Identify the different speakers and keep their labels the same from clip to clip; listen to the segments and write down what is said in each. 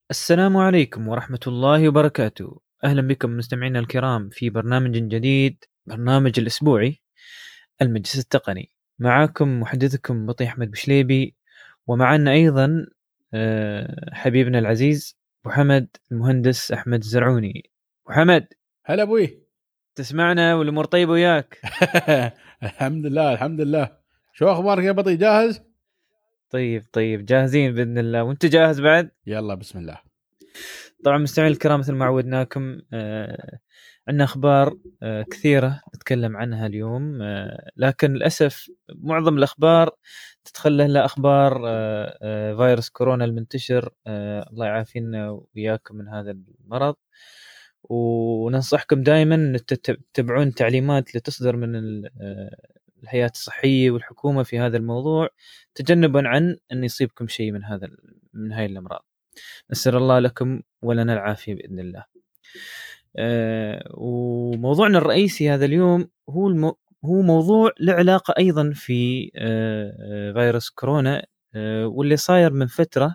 Speaker 1: السلام عليكم ورحمة الله وبركاته. أهلا بكم مستمعينا الكرام في برنامج جديد، برنامج الأسبوعي المجلس التقني. معاكم محدثكم بطي أحمد بشليبي، ومعنا أيضا حبيبنا العزيز أبو حمد المهندس أحمد الزرعوني. أبو حمد،
Speaker 2: هلا ابوي.
Speaker 1: تسمعنا والأمور طيبة وياك؟
Speaker 2: الحمد لله الحمد لله. شو اخبارك يا بطي؟ جاهز؟
Speaker 1: طيب جاهزين بإذن الله، وأنت جاهز بعد؟
Speaker 2: يلا بسم الله.
Speaker 1: طبعا مستمعين الكرام، مثل ما عودناكم عندنا أخبار كثيرة نتكلم عنها اليوم، لكن للأسف معظم الأخبار تتخلى لها أخبار فيروس كورونا المنتشر. الله يعافينا وإياكم من هذا المرض، وننصحكم دائما أن تتبعون التعليمات اللي تصدر من الهيئات الصحية والحكومة في هذا الموضوع، تجنبا عن أن يصيبكم شيء من هاي الأمراض. نسأل الله لكم ولنا العافية بإذن الله. وموضوعنا الرئيسي هذا اليوم هو موضوع له علاقة أيضا في فيروس كورونا، واللي صاير من فترة،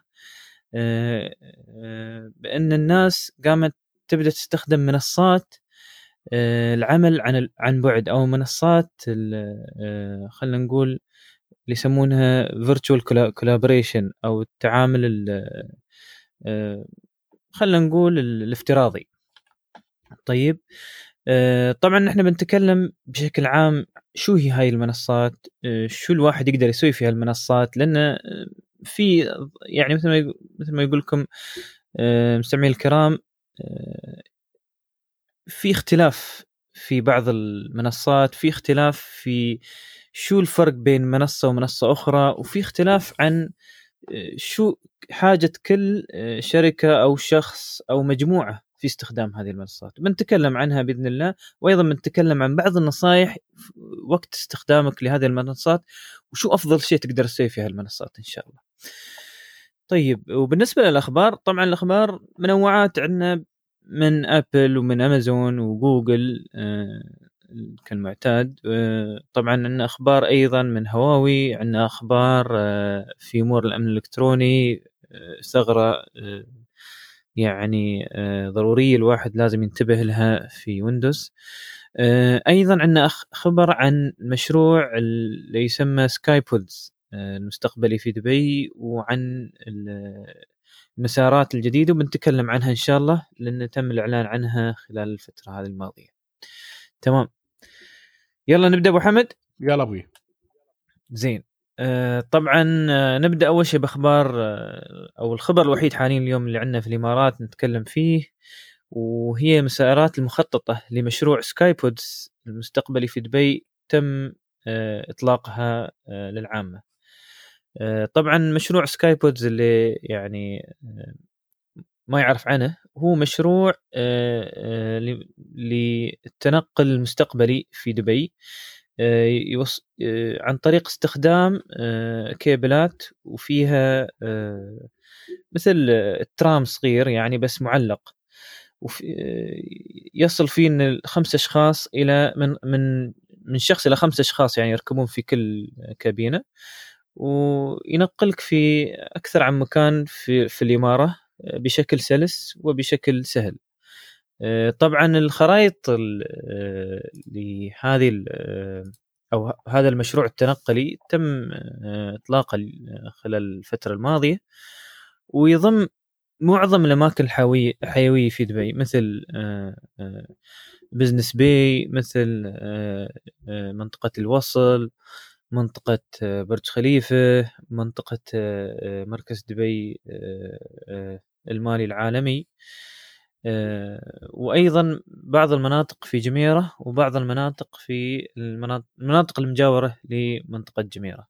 Speaker 1: بأن الناس قامت تبدأ تستخدم منصات العمل عن بعد، أو منصات خلينا نقول اللي يسمونها virtual collaboration، أو التعامل خلينا نقول الافتراضي. طيب، طبعا نحن بنتكلم بشكل عام شو هي هاي المنصات، شو الواحد يقدر يسوي في هالمنصات، لأن في يعني مثل ما يقول لكم مستمعي الكرام، في اختلاف في بعض المنصات، في اختلاف في شو الفرق بين منصة ومنصة أخرى، وفي اختلاف عن شو حاجة كل شركة أو شخص أو مجموعة في استخدام هذه المنصات. بنتكلم عنها بإذن الله، وأيضا بنتكلم عن بعض النصائح وقت استخدامك لهذه المنصات، وشو أفضل شيء تقدر تسوي في هذه المنصات إن شاء الله. طيب، وبالنسبة للأخبار، طبعا الأخبار منوعات، عندنا من أبل ومن أمازون وجوجل كالمعتاد. طبعا عندنا أخبار أيضا من هواوي، عندنا أخبار في أمور الأمن الإلكتروني، ثغرة يعني ضرورية الواحد لازم ينتبه لها في ويندوز. أيضا عندنا خبر عن مشروع اللي يسمى سكايبودز المستقبلي في دبي، وعن المسارات الجديدة، وبنتكلم عنها إن شاء الله لأن تم الإعلان عنها خلال الفترة هذه الماضية. تمام، يلا نبدأ أبو حمد.
Speaker 2: يلا ابوي.
Speaker 1: زين. طبعا نبدأ أول شيء بأخبار، أو الخبر الوحيد حاليا اليوم اللي عندنا في الإمارات نتكلم فيه، وهي مسارات المخططة لمشروع سكايبودز المستقبلي في دبي، تم إطلاقها للعامة. طبعا مشروع سكايبودز اللي يعني ما يعرف عنه، هو مشروع للتنقل المستقبلي في دبي، عن طريق استخدام كيبلات، وفيها مثل الترام صغير يعني بس معلق، يصل فيه إن 5 أشخاص إلى من شخص إلى 5 أشخاص يعني يركبون في كل كابينة، وينقلك في أكثر عن مكان في الإمارة بشكل سلس وبشكل سهل. طبعا الخرائط لهذه أو هذا المشروع التنقلي تم إطلاقه خلال الفترة الماضية، ويضم معظم الأماكن الحيوية في دبي، مثل بزنس باي، مثل منطقة الوصل، منطقة برج خليفة، منطقة مركز دبي المالي العالمي، وأيضا بعض المناطق في جميرة، وبعض المناطق في المناطق المجاورة لمنطقة جميرة.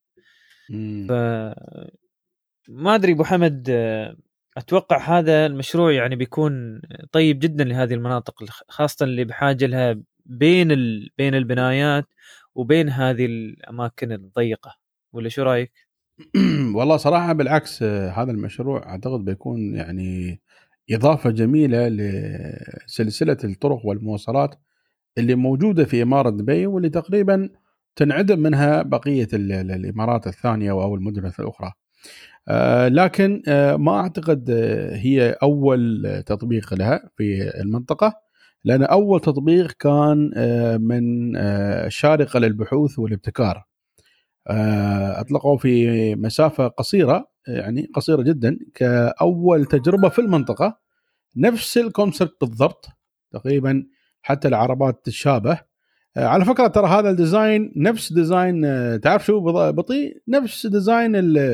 Speaker 1: ما أدري أبو حمد، أتوقع هذا المشروع يعني بيكون طيب جدا لهذه المناطق، خاصة اللي بحاجة لها بين البنايات وبين هذه الأماكن الضيقة، ولا شو رأيك؟
Speaker 2: والله صراحة بالعكس، هذا المشروع أعتقد بيكون يعني إضافة جميلة لسلسلة الطرق والمواصلات اللي موجودة في إمارة دبي، واللي تقريبا تنعدم منها بقية الإمارات الثانية أو المدن الأخرى. لكن ما أعتقد هي أول تطبيق لها في المنطقة، لأن أول تطبيق كان من الشارقة للبحوث والابتكار. أطلقوا في مسافة قصيرة، يعني قصيرة جدا، كأول تجربة في المنطقة. نفس الكونسبت بالضبط تقريبا، حتى العربات تشابه. على فكرة ترى هذا الديزاين نفس ديزاين، تعرف شو بطيء، نفس ديزاين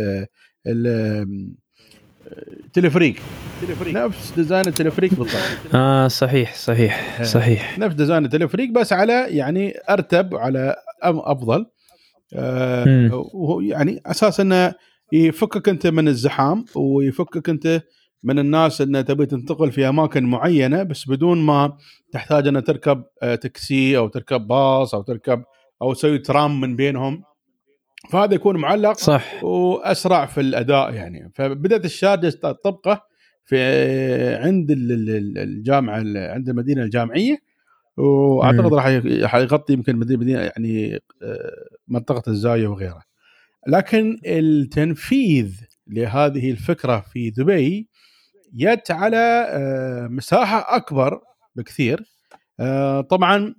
Speaker 2: التلفريك، نفس ديزاين التلفريك بالضبط.
Speaker 1: صحيح صحيح صحيح.
Speaker 2: نفس ديزاين التلفريك بس على يعني أرتب، على أفضل. يعني أساس أنه يفكك أنت من الزحام، ويفكك أنت من الناس أن تبي تنتقل في أماكن معينة بس بدون ما تحتاج أن تركب تاكسي أو تركب باص أو تركب أو تسوي ترام من بينهم. فهذا يكون معلق
Speaker 1: صح.
Speaker 2: وأسرع في الأداء يعني. فبدأت الشارجة تطبقه في عند الجامعة، عند المدينة الجامعية، وأعتقد راح يغطي يمكن مدينة يعني منطقة الزاوية وغيرها. لكن التنفيذ لهذه الفكرة في دبي جت على مساحة أكبر بكثير. طبعا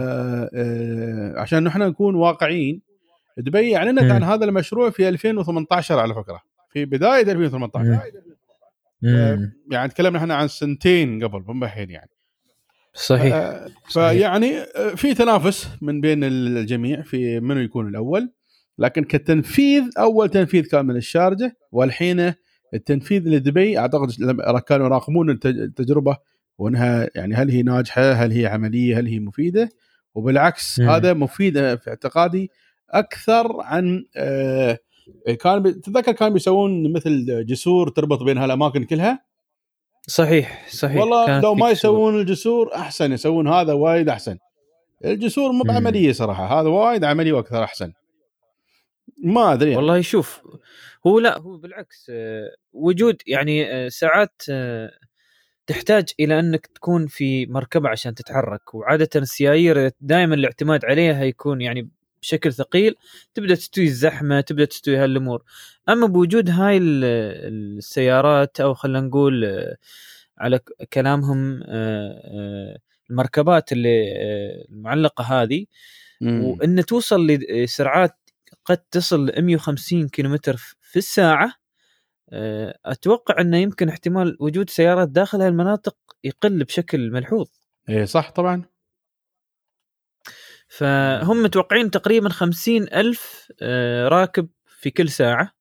Speaker 2: عشان نحن نكون واقعيين، دبي أعلنت عن هذا المشروع في 2018 على فكرة، في بداية 2018. يعني تكلمنا احنا عن سنتين قبل مو الحين يعني.
Speaker 1: صحيح.
Speaker 2: فيعني في تنافس من بين الجميع في منو يكون الأول، لكن كتنفيذ أول تنفيذ كان من الشارجة، والحين التنفيذ لدبي أعتقد كانوا يراقبون التجربة وأنها يعني هل هي ناجحة، هل هي عملية، هل هي مفيدة. وبالعكس هذا مفيد في اعتقادي أكثر عن تتذكر كانوا بيسوون مثل جسور تربط بين هالأماكن كلها.
Speaker 1: صحيح صحيح.
Speaker 2: والله لو ما يسوون الجسور أحسن، يسوون هذا وايد أحسن. الجسور مو بعملية صراحة، هذا وايد عملي وأكثر أحسن. ما أدري
Speaker 1: والله يعني. شوف، هو بالعكس، وجود يعني ساعات تحتاج إلى أنك تكون في مركبة عشان تتحرك، وعادة السيايير دائما الاعتماد عليها يكون يعني بشكل ثقيل، تبدأ تستوي الزحمة، تبدأ تستوي هالأمور. أما بوجود هاي السيارات، أو خلينا نقول على كلامهم المركبات اللي المعلقة هذه، وأن توصل لسرعات قد تصل 150 كيلومتر في الساعة، أتوقع أنه يمكن احتمال وجود سيارات داخل هالمناطق يقل بشكل ملحوظ.
Speaker 2: إيه صح طبعا.
Speaker 1: فهم متوقعين تقريبا 50,000 راكب في كل ساعة،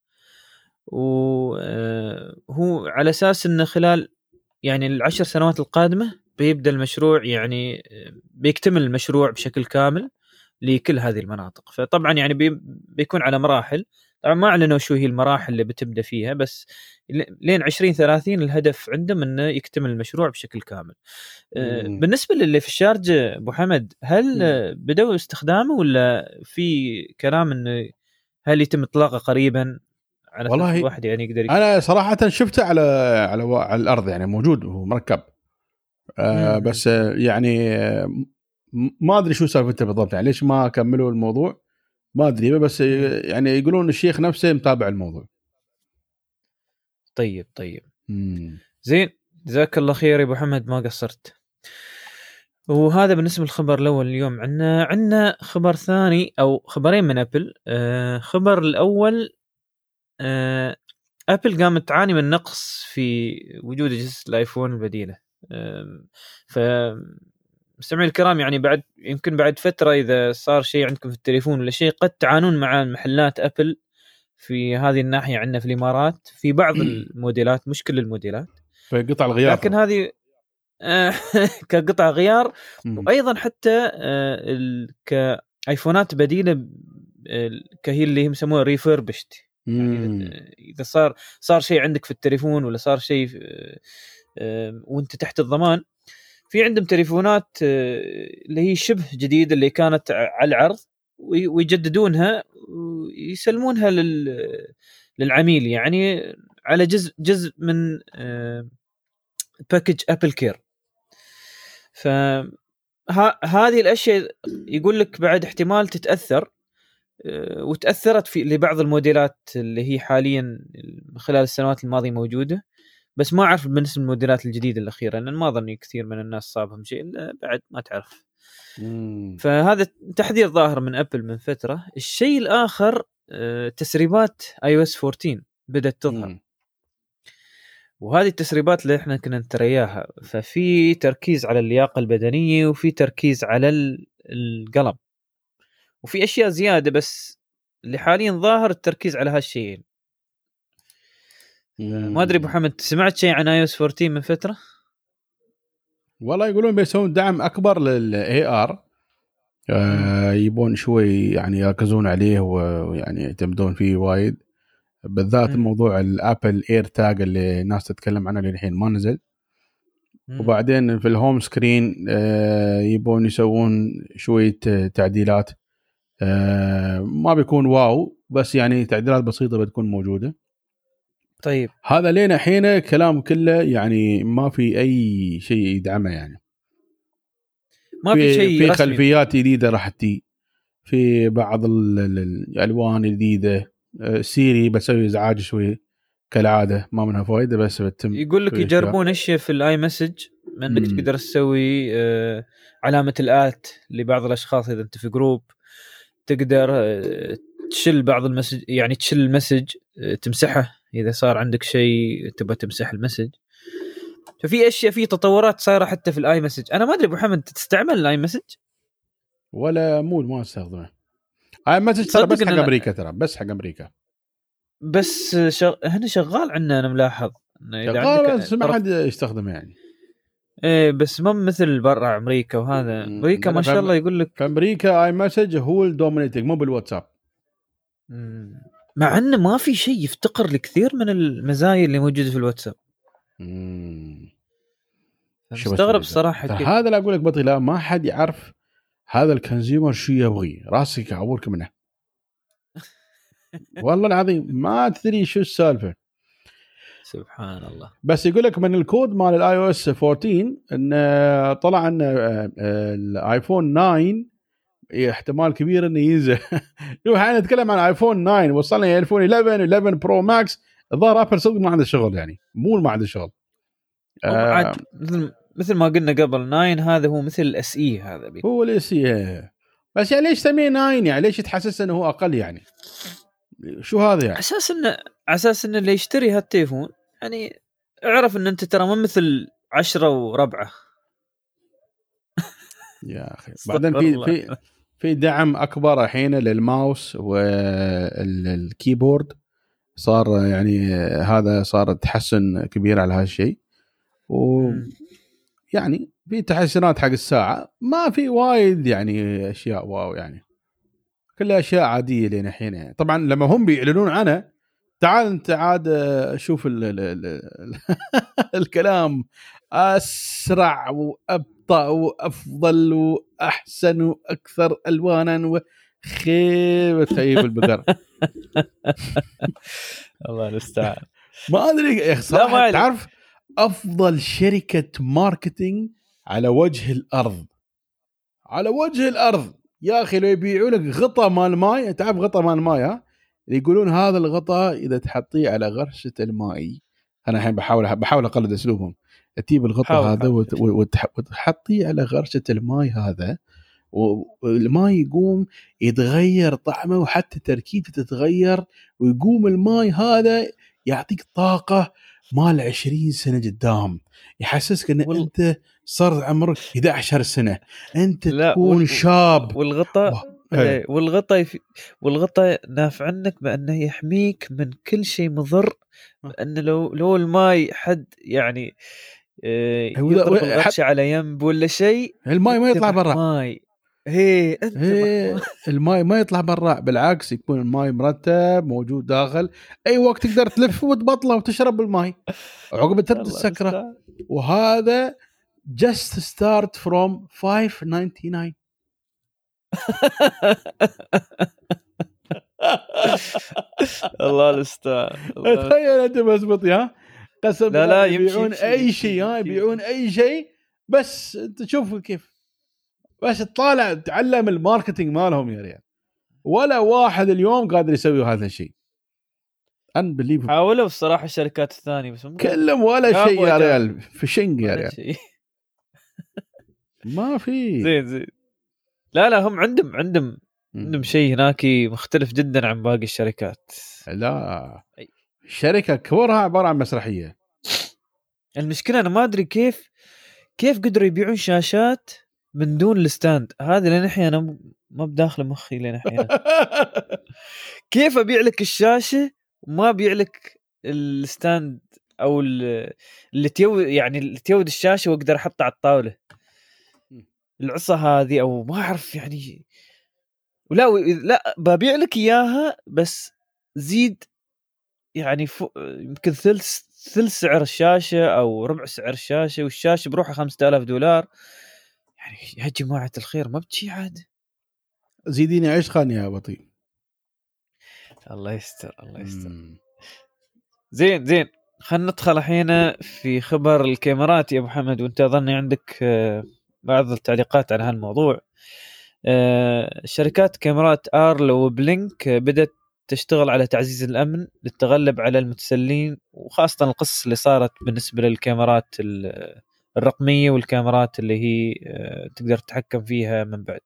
Speaker 1: وهو على أساس أنه خلال يعني 10 سنوات القادمة بيبدأ المشروع، يعني بيكتمل المشروع بشكل كامل لكل هذه المناطق. فطبعا يعني بيكون على مراحل. طبعا ما أعلنوا شو هي المراحل اللي بتبدأ فيها، بس لين 2030 الهدف عندهم أنه يكتمل المشروع بشكل كامل. بالنسبة للي في الشارجة أبو حمد، هل بدأوا استخدامه ولا في كلام أنه هل يتم إطلاقه قريبا على أساس الواحد يعني يقدر
Speaker 2: أنا صراحة شفته على الأرض، يعني موجود وهو مركب. بس يعني ما أدري شو سالفته بالضبط، يعني ليش ما كملوا الموضوع ما أدري، بس يعني يقولون الشيخ نفسه متابع الموضوع.
Speaker 1: طيب زين، جزاك الله خير يا ابو حمد، ما قصرت. وهذا بالنسبه للخبر الاول. اليوم عندنا خبر ثاني او خبرين من ابل. خبر الاول، ابل قامت تعاني من نقص في وجود اجهزه الايفون البديله. ف مستمعي الكرام، يعني يمكن بعد فتره اذا صار شيء عندكم في التليفون ولا شيء، قد تعانون مع محلات ابل في هذه الناحيه. عندنا في الامارات في بعض الموديلات، مش كل الموديلات،
Speaker 2: في قطع الغيار،
Speaker 1: لكن هذه كقطع غيار. وايضا حتى كايفونات بديله، كهي اللي هم يسموها ريفربشت. يعني اذا صار شيء عندك في التليفون ولا صار شيء وانت تحت الضمان، في عندهم تليفونات اللي هي شبه جديده اللي كانت على العرض، ويجددونها ويسلمونها للعميل، يعني على جزء من باكج ابل كير. فهذه الاشياء يقول لك بعد احتمال تتاثر وتأثرت في لبعض الموديلات اللي هي حاليا خلال السنوات الماضية موجودة، بس ما أعرف بالنسبة للموديلات الجديدة الأخيرة، لأن ما أظني كثير من الناس صابهم شيء بعد ما تعرف. فهذا تحذير ظاهر من أبل من فترة. الشيء الآخر تسريبات iOS 14 بدأت تظهر، وهذه التسريبات اللي احنا كنا نترياها، ففي تركيز على اللياقة البدنية وفي تركيز على القلم وفي أشياء زيادة، بس اللي حاليا ظاهر التركيز على هالشيئين. ما أدري أبو حمد سمعت شيء عن iOS 14 من فترة؟
Speaker 2: والله يقولون بيسوون دعم أكبر للAR، يبون شوي يعني يركزون عليه ويعني يعتمدون فيه وايد، بالذات موضوع الابل اير تاج اللي الناس تتكلم عنه للحين ما نزل. وبعدين في الهوم سكرين يبون يسوون شوية تعديلات، ما بيكون واو، بس يعني تعديلات بسيطة بتكون موجودة.
Speaker 1: طيب
Speaker 2: هذا لين الحين كلام كله يعني ما في أي شيء يدعمه، يعني
Speaker 1: ما في شيء
Speaker 2: في
Speaker 1: رسمي.
Speaker 2: خلفيات جديدة راح تجي، في بعض الألوان الجديدة، سيري بسوي إزعاج شوي كالعادة، ما منها فايدة، بس بتم
Speaker 1: يقول لك يجربون اشياء في الاي مسج، انك تقدر تسوي علامة الآت لبعض الاشخاص اذا انت في جروب، تقدر تشيل بعض المسج، يعني تشيل المسج تمسحه اذا صار عندك شيء تبغى تمسح المسج. ففي اشياء، في تطورات صايره حتى في الاي مسج. انا ما ادري ابو حمد تستعمل الاي مسج
Speaker 2: ولا ما استخدمه اي مسج ترى، بس حق امريكا، ترى بس حق امريكا،
Speaker 1: بس هنا شغال عندنا. انا ملاحظ انه
Speaker 2: اذا عندك بس ما حد يستخدمه يعني.
Speaker 1: ايه بس ما مثل برا امريكا، وهذا امريكا ما شاء الله يقول لك
Speaker 2: في امريكا اي مسج هو الدومينيتنج، مو بالواتساب،
Speaker 1: مع انه ما في شيء يفتقر لكثير من المزايا اللي موجوده في الواتساب. مستغرب صراحه
Speaker 2: هذا اللي اقول لك بطي، لا ما حد يعرف هذا الكونسيومر شو يبغي، راسك يعورك منه والله العظيم ما تدري شو السالفه.
Speaker 1: سبحان الله.
Speaker 2: بس يقول لك من الكود مال الاي او اس 14 ان طلع ان الايفون 9 احتمال كبير انه ينزل. شوف احنا نتكلم عن ايفون 9، وصلنا ايفون 11 برو ماكس، الظاهر ابل صدق ما عنده شغل، يعني مو ما عنده شغل.
Speaker 1: مثل ما قلنا قبل، 9 هذا هو مثل الاس اي، هذا
Speaker 2: هو الاس اي، بس يعني ليش تسميه 9؟ يعني ليش تحسس انه هو اقل؟ يعني شو هذا يعني؟
Speaker 1: اساس انه اللي يشتري هالتليفون يعني اعرف ان انت ترى ما مثل 10 وربعه.
Speaker 2: يا اخي بعدين في دعم اكبر الحين للماوس والكيبورد، صار يعني هذا صار تحسن كبير على هالشيء، يعني في تحسنات حق الساعه، ما في وايد يعني اشياء واو، يعني كلها اشياء عاديه لين الحين. يعني طبعا لما هم بيعلنون عنه، تعال انت عاد شوف الكلام اسرع وابطا وافضل واحسن واكثر الوانا وخيبه خيب البقر.
Speaker 1: الله المستعان.
Speaker 2: ما ادري صراحه، تعرف افضل شركه ماركتينج على وجه الارض، على وجه الارض يا اخي، لو يبيعوا لك غطاء مال ماي، تعرف غطاء مال ماي، ها يقولون هذا الغطاء اذا تحطيه على غرشه الماء، انا الحين بحاول اقلد اسلوبهم، تجيب الغطاء هذا وتحطيه على غرشه الماي هذا، والماء يقوم يتغير طعمه وحتى تركيبته تتغير، ويقوم الماء هذا يعطيك طاقه مال 20 سنه قدام، يحسسك ان انت صار عمرك 11 سنه، انت تكون شاب.
Speaker 1: والغطاء نافع عنك بانه يحميك من كل شيء مضر، لان لو الماي حد يعني يضرب الغرشه على ينب ولا شيء،
Speaker 2: الماي ما يطلع برا، الماي ما يطلع برا، بالعكس يكون الماي مرتب موجود داخل، اي وقت تقدر تلف وتبطله وتشرب الماي عقب ترد السكره. وهذا just start from $5.99.
Speaker 1: الله المستعان.
Speaker 2: تخيل انت بس بطيء، قسم لا يبيعون اي شيء، يبيعون اي شيء، بس انت شوف كيف، بس تطالع تعلم الماركتينج مالهم يا ريال، ولا واحد اليوم قادر يسوي هذا الشيء. unbelievable.
Speaker 1: حاولوا الصراحه الشركات الثانيه بس
Speaker 2: كلهم ولا شيء يا ريال، فشنق يا ريال. ما في.
Speaker 1: زين لا هم عندهم شيء هناك مختلف جدا عن باقي الشركات.
Speaker 2: لا الشركه كورها عباره عن مسرحيه.
Speaker 1: المشكله انا ما ادري كيف قدروا يبيعون شاشات من دون الستاند هذا. لنحي انا ما بداخل مخي لنحي كيف ابيع لك الشاشه وما ابيع لك الستاند او اللي تيود الشاشه واقدر احطها على الطاوله، العصا هذه او ما اعرف يعني. لا ببيع لك اياها بس زيد يعني يمكن ثلث سعر الشاشه او ربع سعر الشاشه، والشاشه بروحها $5000. يعني يا جماعه الخير ما بتشي عاد.
Speaker 2: زيديني عشقا يا بطيء.
Speaker 1: الله يستر. زين خلينا ندخل الحين في خبر الكاميرات يا ابو حمد، وانت اظني عندك بعض التعليقات على هالموضوع. شركات كاميرات آرلو وبلينك بدأت تشتغل على تعزيز الأمن للتغلب على المتسلين، وخاصة القصص اللي صارت بالنسبة للكاميرات الرقمية والكاميرات اللي هي تقدر تتحكم فيها من بعد.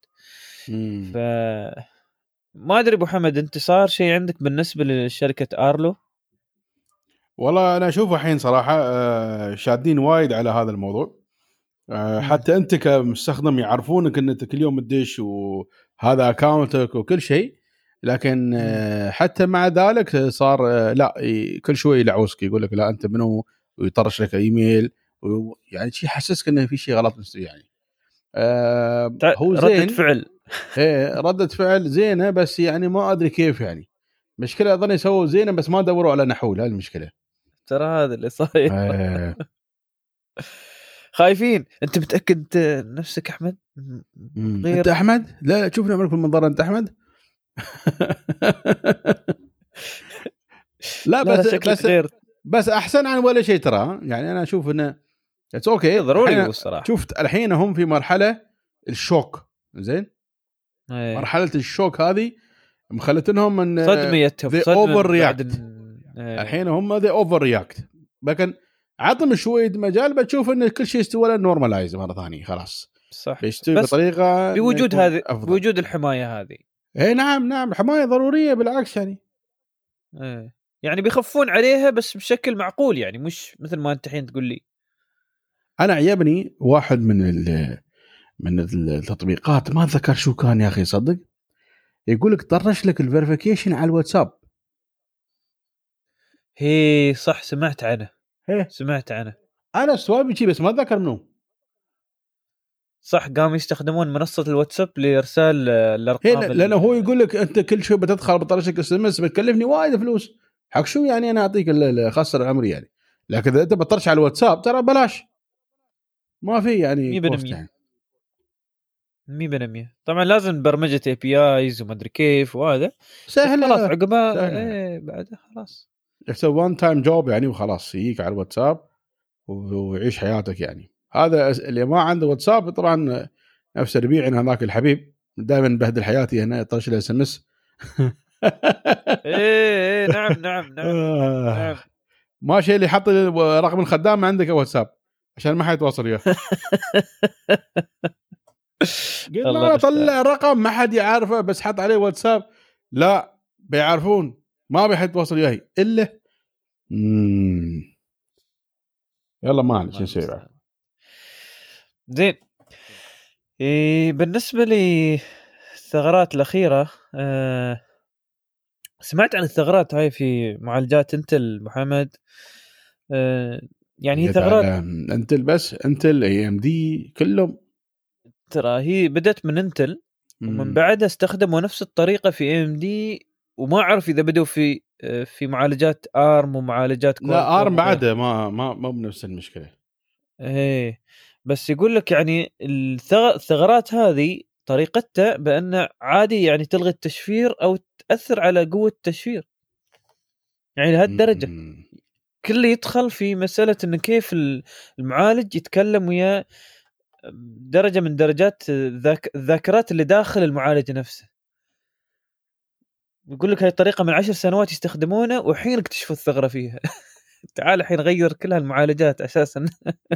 Speaker 1: ما أدري أبو حمد أنت صار شيء عندك بالنسبة لشركة آرلو؟
Speaker 2: والله أنا أشوفه الحين صراحة شادين وايد على هذا الموضوع. حتى أنت كمستخدم يعرفونك أن أنت كل يوم تدش وهذا أكاونتك وكل شيء، لكن حتى مع ذلك صار لا كل شوي يلعوسك يقول لك لا أنت منو، ويطرش لك إيميل يعني شيء حسسك إنه في شيء غلط مستوي يعني. هو زين
Speaker 1: ردة فعل
Speaker 2: ردة فعل زينة، بس يعني ما أدري كيف يعني. مشكلة أظن يسووا زينة بس ما دوروا على نحول. هاي المشكلة
Speaker 1: ترى هذا اللي صاير. خايفين. انت متاكد نفسك احمد؟
Speaker 2: غير انت احمد؟ لا شوفنا عمرك بالمنظر انت احمد. لا بس غير. بس احسن عن ولا شيء ترى. يعني انا اشوف انه اتس اوكي
Speaker 1: ضروري الصراحه.
Speaker 2: شفت الحين هم في مرحله الشوك. زين مرحله الشوك هذه مخلتنهم ان
Speaker 1: صدميتهم
Speaker 2: اوفر رياكت. الحين هم ذي اوفر رياكت، لكن عطهم شويه مجال بتشوف ان كل شيء يستوى له نورماليز مره ثانيه. خلاص
Speaker 1: صح،
Speaker 2: بيستوي بطريقه
Speaker 1: بوجود هذه بوجود الحمايه هذه.
Speaker 2: اي نعم الحمايه ضروريه بالعكس يعني.
Speaker 1: يعني بيخفون عليها بس بشكل معقول، يعني مش مثل ما انت الحين تقول لي.
Speaker 2: انا عجبني واحد من التطبيقات ما اتذكر شو كان يا اخي، صدق يقول لك طرش لك الفيريفيكيشن على الواتساب.
Speaker 1: هي صح سمعت عنه. سمعت عنه
Speaker 2: انا سوالفي شيء بس ما اتذكر منه.
Speaker 1: صح قاموا يستخدمون منصه الواتساب لارسال الارقام.
Speaker 2: لانه هو يقول لك انت كل شوي بتدخل بطرشك اس ام اس بتكلفني وايد فلوس. حق شو يعني انا اعطيك خسر عمري يعني. لكن اذا انت بتطرش على الواتساب ترى بلاش، ما في يعني
Speaker 1: 100%. طبعا لازم برمجه اي بي ايز وما ادري كيف وهذا
Speaker 2: سهله.
Speaker 1: خلاص عقبها بعدها خلاص
Speaker 2: يسوي وان تايم جوب يعني، وخلاص يجيك على الواتساب ويعيش حياتك يعني. هذا اللي ما عنده واتساب طبعا نفس ربيعنا هذاك الحبيب دائما بهدل حياتي هنا يطرش له اس ام اس.
Speaker 1: ايه نعم
Speaker 2: ماشي اللي يحط رقم الخدام ما عندك واتساب عشان ما حد يتواصل وياه. قلت له طلع رقم ما حد يعرفه بس حط عليه واتساب. لا بيعرفون ما بيحد يتواصل وياي الا يلا ما عليك شو نسوي.
Speaker 1: زين بالنسبه لي الثغرات الاخيره سمعت عن الثغرات هاي في معالجات انتل محمد. يعني هي ثغرات
Speaker 2: انتل بس انتل اي ام دي كلهم
Speaker 1: ترى هي بدت من انتل ومن بعدها استخدموا نفس الطريقه في اي ام دي، وما اعرف اذا بدوا في معالجات ارم ومعالجات كوالكوم.
Speaker 2: لا ارم بعده ما بنفس المشكله.
Speaker 1: ايه بس يقول لك يعني الثغرات هذه طريقتها بأن عادي يعني تلغي التشفير أو تأثر على قوة التشفير يعني لهالدرجة. كل يدخل في مسألة إنه كيف المعالج يتكلم ويا درجة من درجات الذاكرات اللي داخل المعالج نفسه. يقول لك هاي الطريقة من 10 سنوات يستخدمونها وحين اكتشفوا الثغرة فيها. تعال الحين غير كل هالمعالجات أساسا.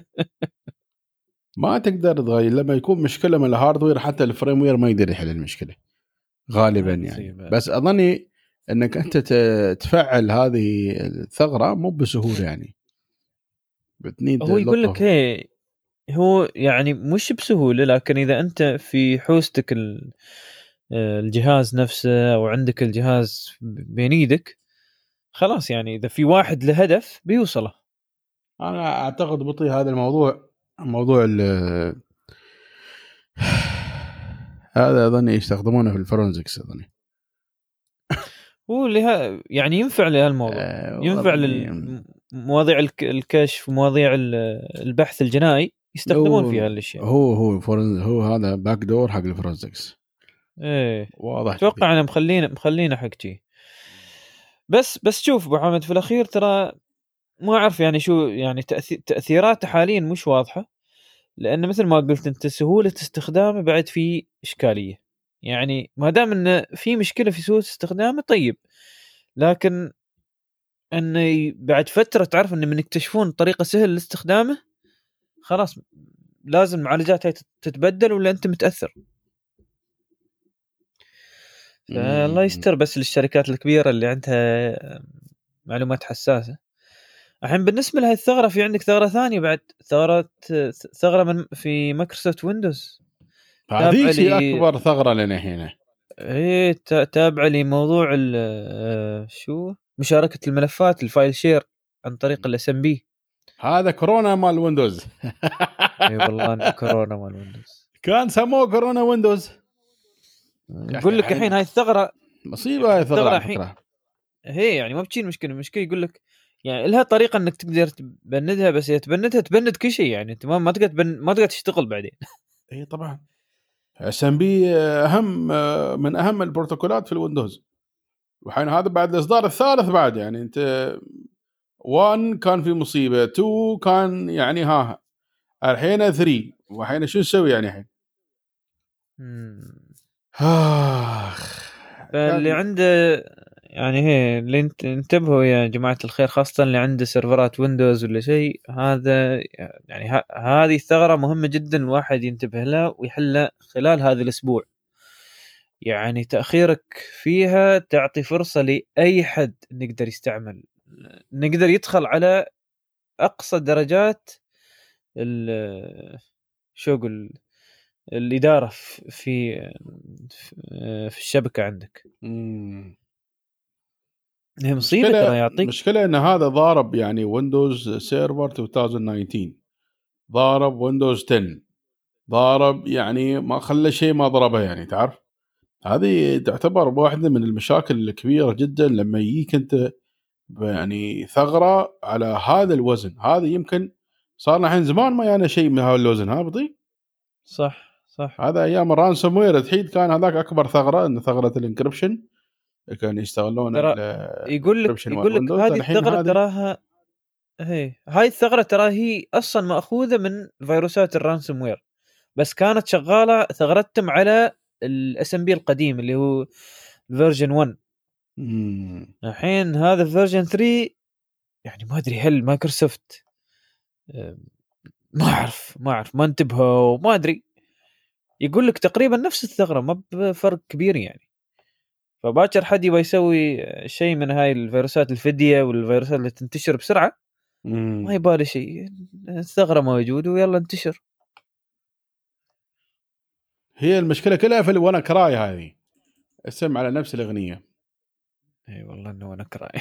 Speaker 2: ما تقدر تغير لما يكون مشكلة من الهاردوير، حتى الفريم وير ما يقدر يحل المشكلة غالبا يعني. بس أظني أنك أنت تفعل هذه الثغرة مو بسهولة يعني، بتنيد
Speaker 1: هو يقول لك هي هو يعني مش بسهولة، لكن إذا أنت في حوزتك الجهاز نفسه أو عندك الجهاز بين يدك خلاص، يعني إذا في واحد له هدف بيوصله.
Speaker 2: أنا أعتقد بطي هذا الموضوع هذا أظني يستخدمونه في الفورنزكس أظني.
Speaker 1: هو يعني ينفع لهالموضوع، ينفع للمواضيع الكشف ومواضيع البحث الجنائي، يستخدمون فيها الاشياء.
Speaker 2: هو هذا باك دور حق الفورنزكس.
Speaker 1: ايه
Speaker 2: واضح.
Speaker 1: اتوقع انا مخلينا حقتي. بس شوف ابو حمد، في الاخير ترى ما اعرف يعني شو يعني تاثيراته حاليا مش واضحه، لان مثل ما قلت انت سهوله استخدامه بعد في اشكاليه. يعني ما دام انه في مشكله في سهوله استخدامه طيب، لكن انه بعد فتره تعرف ان من يكتشفون طريقه سهل لاستخدامه خلاص لازم المعالجات هاي تتبدل ولا انت متاثر. فالله يستر بس للشركات الكبيره اللي عندها معلومات حساسه. الحين بالنسبه لهي الثغره، في عندك ثغره ثانيه بعد، ثغره في مايكروسوفت ويندوز.
Speaker 2: هذيك هي اكبر ثغره لنا هنا.
Speaker 1: ايه تابع لي موضوع شو مشاركه الملفات الفايل شير عن طريق الاس ام بي.
Speaker 2: هذا كورونا مال ويندوز.
Speaker 1: اي والله كورونا مال ويندوز،
Speaker 2: كان سموه كورونا ويندوز.
Speaker 1: يقول لك الحين هاي الثغره
Speaker 2: مصيبه، هاي الثغره على فكره. هي
Speaker 1: يعني ما بتشيل المشكله يقول لك يعني لها طريقه انك تقدر تبندها، بس تبند كل شيء، يعني انت ما تقدر ما تقدر تشتغل بعدين.
Speaker 2: اي طبعا اس ام بي اهم من اهم البروتوكولات في الويندوز، وحين هذا بعد الاصدار الثالث بعد، يعني انت 1 كان في مصيبه، 2 كان يعني ها الحين 3، وحين شو نسوي يعني الحين؟
Speaker 1: فاللي عنده يعني هي اللي انتبهوا يا جماعة الخير، خاصة اللي عنده سيرفرات ويندوز ولا شيء، هذا يعني هذه الثغرة مهمة جدا الواحد ينتبه لها ويحلها خلال هذا الأسبوع. يعني تأخيرك فيها تعطي فرصة لأي حد نقدر يستعمل، نقدر يدخل على أقصى درجات شو أقول الإدارة في الشبكة عندك. هي مصيبة ترى يعطيك.
Speaker 2: مشكلة ان هذا ضارب يعني ويندوز سيرفر 2019، ضارب ويندوز 10، ضارب يعني ما خلى شيء ما ضربه، يعني تعرف هذه تعتبر واحدة من المشاكل الكبيرة جدا لما يجيك انت يعني ثغرة على هذا الوزن. هذا يمكن صار لنا الحين زمان ما يعني شيء من هذا الوزن. ها بطيء
Speaker 1: صح
Speaker 2: هذا ايام الرانسوم وير الحين كان هذاك اكبر ثغرة، ان ثغرة الانكربشن كان يستغلون
Speaker 1: يقول لك هذه الثغرة تراها هاي الثغرة ترى هي اصلا ماخوذة من فيروسات الرانسوم وير، بس كانت شغالة ثغرتهم على الاس ام بي القديم اللي هو فيرجن 1. الحين هذا فيرجن 3 يعني ما ادري هل مايكروسوفت ما اعرف ما انتبهوا، ما ادري. يقول لك تقريبا نفس الثغرة، ما بفرق كبير يعني. فباكر حد يبغى يسوي شيء من هاي الفيروسات الفدية والفيروسات اللي تنتشر بسرعة، ما يبالي شيء، الثغرة موجود ويلا انتشر.
Speaker 2: هي المشكلة كلها في وانا كراي هذه اسم على نفس الأغنية.
Speaker 1: اي والله انه وانا كراي.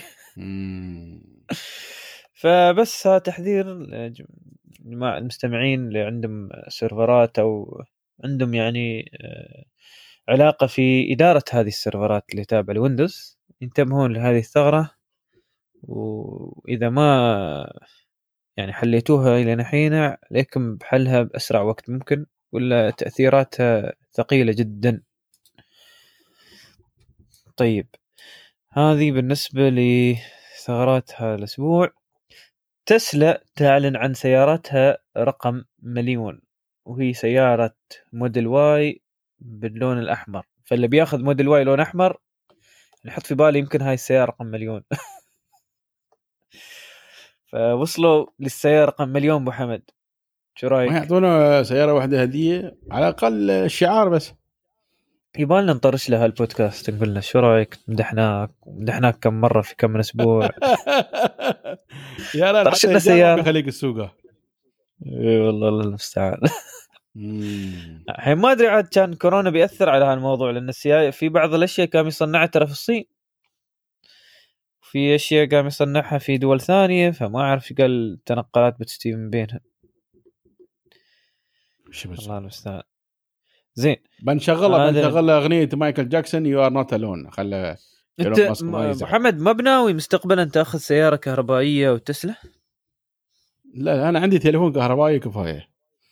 Speaker 1: فبس ها تحذير جماعة المستمعين اللي عندهم سيرفرات او عندهم يعني علاقة في إدارة هذه السيرفرات اللي تابعة لويندوز، ينتبهون لهذه الثغرة، وإذا ما يعني حليتوها إلى حين عليكم بحلها بأسرع وقت ممكن، ولا تأثيراتها ثقيلة جدا. طيب هذه بالنسبة لثغرات هذا الأسبوع. تسلا تعلن عن سيارتها رقم 1,000,000، وهي سيارة موديل واي باللون الأحمر. فاللي بياخذ موديل واي لون أحمر نحط في بالي يمكن هاي السيارة رقم مليون. فوصلوا للسيارة رقم مليون أبو حمد، شو
Speaker 2: ما
Speaker 1: رأيك؟
Speaker 2: يعطونا سيارة واحدة هدية على الأقل الشعار بس.
Speaker 1: يبالنا نطرش له هالبودكاست نقول له شو رأيك، مدحناك كم مرة في كم من أسبوع.
Speaker 2: يا رجال
Speaker 1: طرش
Speaker 2: حتى
Speaker 1: لنا
Speaker 2: إيجار ما
Speaker 1: سيارة.
Speaker 2: بيخليك السوقه.
Speaker 1: اي والله الله المستعان. الحين ما ادري عاد كان كورونا بيأثر على هالموضوع، لان في بعض الاشياء قام يصنعها ترى في الصين، في اشياء قام يصنعها في دول ثانيه، فما اعرف قال التنقلات بتستوي من بينها. الله المستعان. زين
Speaker 2: بنشغلها اغنيه مايكل جاكسون يو ار نوت الون. خلى
Speaker 1: انت محمد ما بناوي مستقبلا تاخذ سياره كهربائيه وتسلا؟
Speaker 2: لا انا عندي تليفون كهربائي كفايه.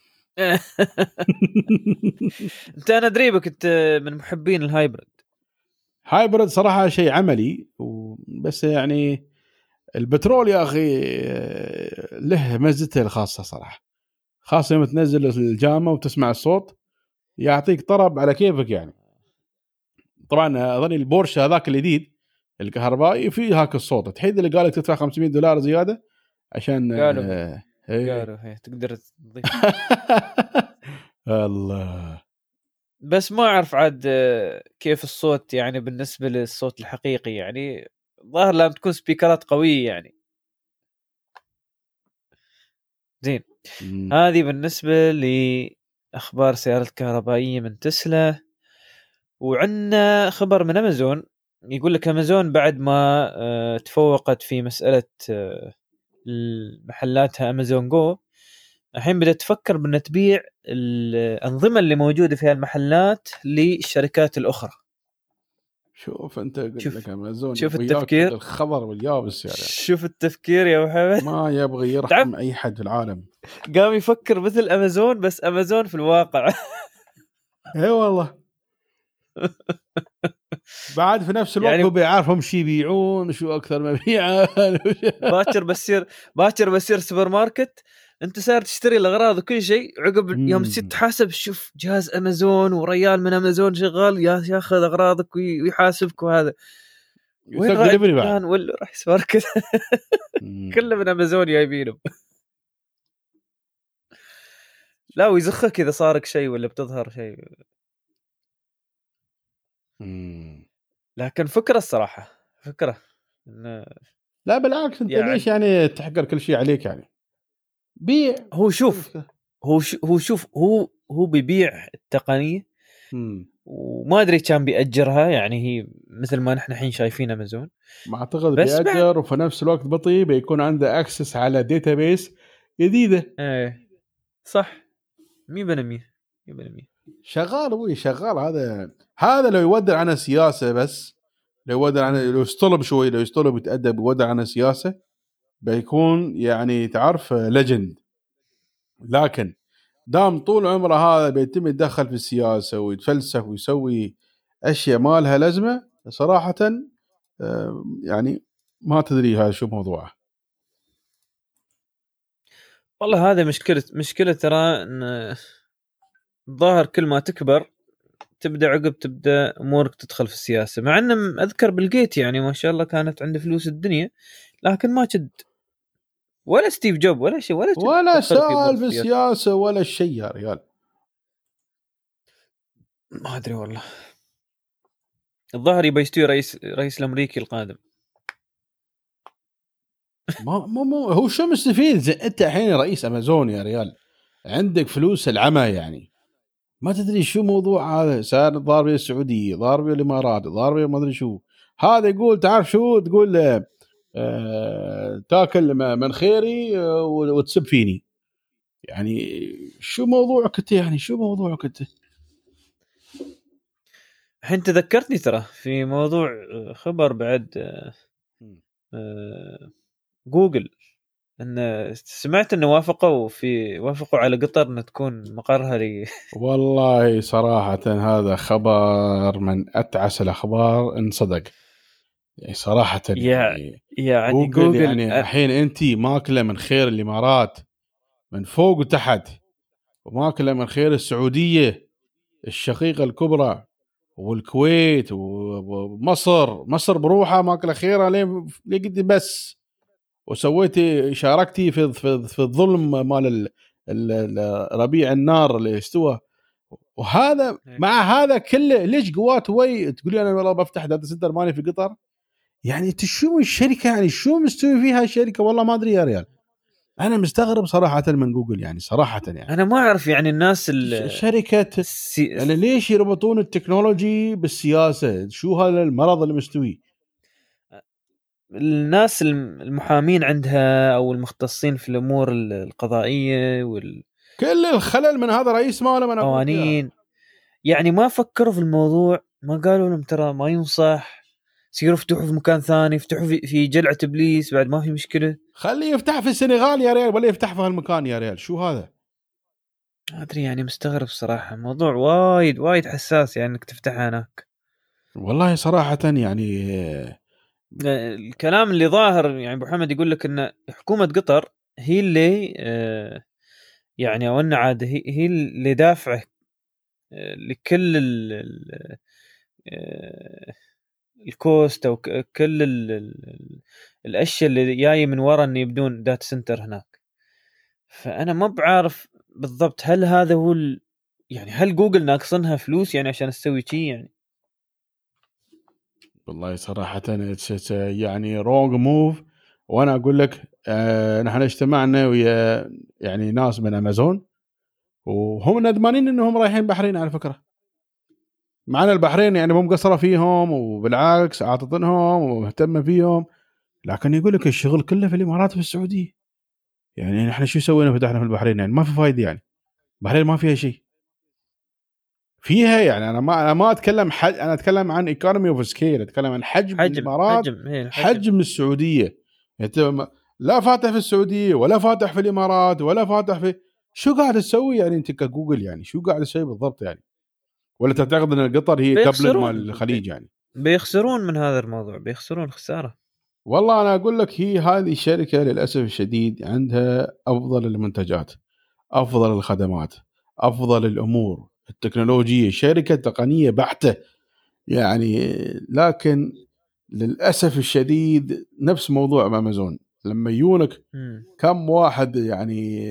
Speaker 1: انت انا ادري بك انت من محبين الهايبرد.
Speaker 2: هايبرد صراحه شيء عملي بس يعني البترول يا اخي له مزته الخاصه صراحه، خاصه يوم تنزل الجامه وتسمع الصوت يعطيك طرب على كيفك يعني. طبعا اظن البورش هذاك الجديد الكهربائي فيه هاك الصوت، تحيد اللي قالك تدفع $500 زياده عشان
Speaker 1: قالوا هي تقدر تضيف.
Speaker 2: الله.
Speaker 1: بس ما اعرف عاد كيف الصوت يعني بالنسبه للصوت الحقيقي، يعني ظاهر لازم تكون سبيكرات قويه يعني. زين هذه بالنسبه لاخبار سيارات كهربائيه من تسلا. وعندنا خبر من امازون، يقول لك امازون بعد ما تفوقت في مساله محلاتها امازون جو، الحين بدأت تفكر بأن تبيع الأنظمة اللي موجودة في المحلات للشركات الأخرى.
Speaker 2: شوف انت قلت لك امازون
Speaker 1: شوف التفكير
Speaker 2: الخضر واليابس يعني.
Speaker 1: شوف التفكير يا محمد،
Speaker 2: ما يبغى يرحم اي حد في العالم.
Speaker 1: قام يفكر مثل امازون بس امازون في الواقع.
Speaker 2: اي والله. بعد في نفس الوقت يعني هو بيعرفهم شي يبيعون شو اكثر مبيعا.
Speaker 1: باكر بصير سوبر ماركت، انت صار تشتري الاغراض وكل شيء، عقب يوم تصير تحاسب شوف جهاز امازون وريال من امازون شغال ياخذ اغراضك ويحاسبك، وهذا وين رايح كان ولا راح سوبر ماركت. كله من امازون جايبينه. لا ويزخك اذا صارك شيء ولا بتظهر شيء. لكن فكره الصراحه فكره
Speaker 2: لا بالعكس انت يعني ليش يعني تحقر كل شيء عليك يعني بيع.
Speaker 1: هو شوف هو بيبيع التقنيه وما ادري كان بيأجرها، يعني هي مثل ما نحن الحين شايفين امازون،
Speaker 2: ما اعتقد بيأجر وفي نفس الوقت بطيء بيكون عنده اكسس على داتابيس جديده.
Speaker 1: ايه صح 100%
Speaker 2: شغال ابوي شغال. هذا لو يودر عن السياسه، بس لو يودر عن لو يستلب شوي، لو يستلب يتأدب يودر عن السياسه بيكون يعني تعرف ليجند. لكن دام طول عمره هذا بيتم يتدخل في السياسه ويتفلسف ويسوي اشياء ما لها لازمه صراحه، يعني ما تدري هذا شو موضوعه.
Speaker 1: والله هذا مشكله ترى ان الظاهر كل ما تكبر تبدا امورك تدخل في السياسه، مع ان اذكر بالجيت يعني ما شاء الله كانت عنده فلوس الدنيا، لكن ما جد ولا ستيف جوب ولا شيء
Speaker 2: ولا سال في السياسه ولا شيء يا رجال.
Speaker 1: ما ادري والله. الظاهر يبي يستوي رئيس الامريكي القادم.
Speaker 2: مو هو شو مستفيد؟ انت الحين رئيس امازون يا ريال، عندك فلوس العمى يعني، ما تدري شو موضوع هذا. صار ضاربه السعوديه، ضاربه الامارات، ضاربه ما ادري شو. هذا يقول تعرف شو تقول تاكل من خيري وتسب فيني. يعني شو موضوعك انت؟ يعني شو موضوعك انت؟
Speaker 1: الحين تذكرتني ترى في موضوع خبر بعد جوجل، ان سمعت انه وافقوا على قطر ان تكون مقرها لي.
Speaker 2: والله صراحة هذا خبر من اتعس الاخبار ان صدق. يعني صراحة يعني جوجل يعني الحين انت ماكله من خير الامارات من فوق وتحت، وماكله من خير السعودية الشقيقة الكبرى، والكويت ومصر. مصر بروحها ماكله خيره ليه قد بس، وسويتي شاركتي في الظلم مال ربيع النار اللي استوى. وهذا مع هذا كله ليش قوات وي تقولي انا والله بفتح داتا سنتر مالي في قطر؟ يعني انت شو الشركه، يعني شو مستوي فيها الشركه؟ والله ما ادري يا ريال، انا مستغرب صراحه من جوجل، يعني صراحه يعني
Speaker 1: انا ما اعرف يعني الناس
Speaker 2: الشركه يعني ليش يربطون التكنولوجي بالسياسه؟ شو هذا المرض اللي مستوي؟
Speaker 1: الناس المحامين عندها او المختصين في الامور القضائيه
Speaker 2: كل الخلل من هذا رئيس ماله، من اقول
Speaker 1: والقوانين. يعني ما فكروا في الموضوع، ما قالوا لهم ترى ما ينصح، سيروا افتحوا في مكان ثاني، افتحوا في جلعة ابليس بعد ما في مشكله.
Speaker 2: خليه يفتح في السنغال يا ريال، ولا يفتح في هالمكان يا ريال، شو هذا؟
Speaker 1: ما ادري يعني مستغرب صراحه، موضوع وايد وايد حساس يعني انك تفتحها هناك.
Speaker 2: والله صراحه يعني
Speaker 1: الكلام اللي ظاهر يعني ابو حمد يقول لك ان حكومه قطر هي اللي يعني او ان عاد هي اللي دافعه لكل الكوست او كل الاشياء اللي جايه من وراء ان يبدون داتا سنتر هناك. فانا ما بعرف بالضبط هل هذا هو يعني هل جوجل ناقصنها فلوس يعني عشان تسوي شيء يعني.
Speaker 2: والله صراحه يعني رونج موف. وانا اقول لك نحن اجتمعنا ويا يعني ناس من امازون، وهم ندمانين انهم رايحين بحرين على فكره. معنا البحرين يعني مو مقصره فيهم، وبالعكس عاطتنهم ومهتمه فيهم، لكن يقول لك الشغل كله في الامارات وفي السعوديه. يعني نحن شو سوينا فتحنا في البحرين؟ يعني ما في فايده، يعني البحرين ما فيها شيء. فيها يعني انا ما اتكلم انا اتكلم عن ايكونومي اوف سكيل، اتكلم عن حجم الامارات، حجم السعوديه. يعني لا فاتح في السعوديه ولا فاتح في الامارات ولا فاتح في، شو قاعد تسوي يعني انت كجوجل؟ يعني شو قاعد تسوي بالضبط يعني؟ ولا تعتقد ان قطر هي قبل مال الخليج؟ يعني
Speaker 1: بيخسرون من هذا الموضوع، بيخسرون خساره.
Speaker 2: والله انا اقول لك هي هذه الشركه للاسف الشديد عندها افضل المنتجات، افضل الخدمات، افضل الامور التكنولوجيه، شركه تقنيه بحته يعني. لكن للاسف الشديد نفس موضوع امازون، لما يجونك كم واحد يعني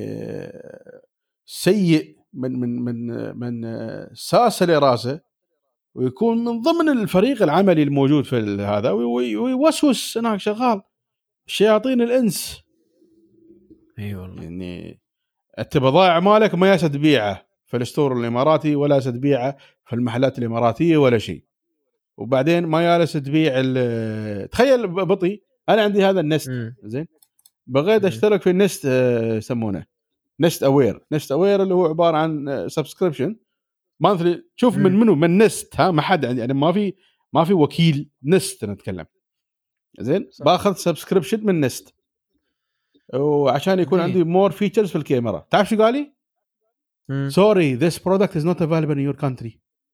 Speaker 2: سيء من ساسه لراسه، ويكون من ضمن الفريق العملي الموجود في هذا، ويوسوس هناك شغال شياطين الانس.
Speaker 1: اي والله.
Speaker 2: يعني انت بضائع مالك ما ياسد تبيعه في الستور الاماراتي، ولا ياسد تبيعه في المحلات الاماراتيه ولا شيء. وبعدين ما يالس تبيع تخيل بطي، انا عندي هذا النست زين، بغيت اشترك في النست يسمونه نست اوير اللي هو عباره عن سبسكريبشن مانثلي. شوف من منو؟ من نست، ها ما حد يعني ما في وكيل نست نتكلم زين. باخذ سبسكريبشن من نست، وعشان يكون عندي مور فيتشرز في الكاميرا. تعرف شو قال لي؟ sorry this product is not available in your country.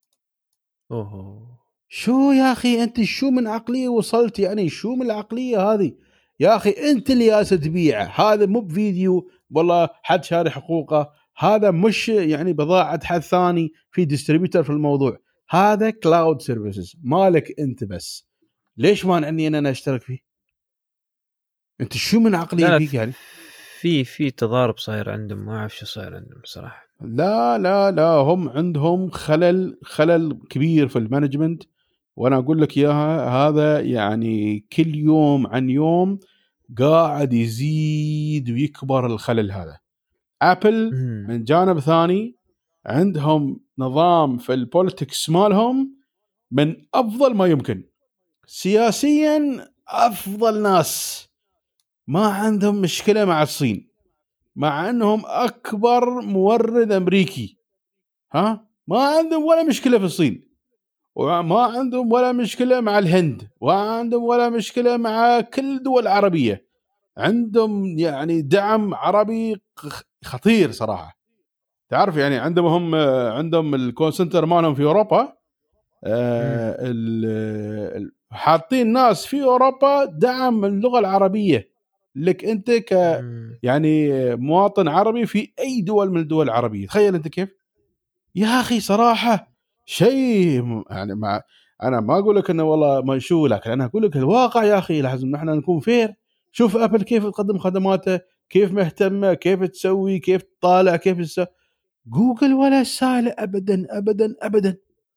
Speaker 2: شو يا اخي انت؟ شو من عقليه وصلت يعني؟ شو من العقليه هذه يا اخي؟ انت اللي جالس تبيعه، هذا مو بفيديو والله حد شاري حقوقه، هذا مش يعني بضاعه حد ثاني في ديستريبيوتر في الموضوع، هذا كلاود سيرفيسز مالك انت بس. ليش مانعني ان انا اشترك فيه؟ انت شو من عقليه فيك يعني؟
Speaker 1: في تضارب صاير عندهم، ما اعرف شو صاير عندهم صراحه.
Speaker 2: لا هم عندهم خلل كبير في المانجمنت، وانا اقول لك اياها. هذا يعني كل يوم عن يوم قاعد يزيد ويكبر الخلل هذا. ابل من جانب ثاني عندهم نظام في البوليتكس مالهم من افضل ما يمكن، سياسيا افضل ناس، ما عندهم مشكله مع الصين مع انهم اكبر مورد امريكي. ها ما عندهم ولا مشكله في الصين، وما عندهم ولا مشكله مع الهند، وما عندهم ولا مشكله مع كل الدول العربيه. عندهم يعني دعم عربي خطير صراحه. تعرف يعني عندهم الكول سنتر مالهم في اوروبا، حاطين ناس في اوروبا دعم اللغه العربيه لك انت يعني مواطن عربي في اي دول من الدول العربيه. تخيل انت كيف يا اخي. صراحه شيء يعني انا ما اقول لك انه والله منشور، لكن انا اقول لك الواقع يا اخي. لازم نحن نكون فير. شوف ابل كيف تقدم خدماته، كيف مهتمه، كيف تسوي، كيف تطالع، كيف تسوي. جوجل ولا سالة ابدا ابدا ابدا.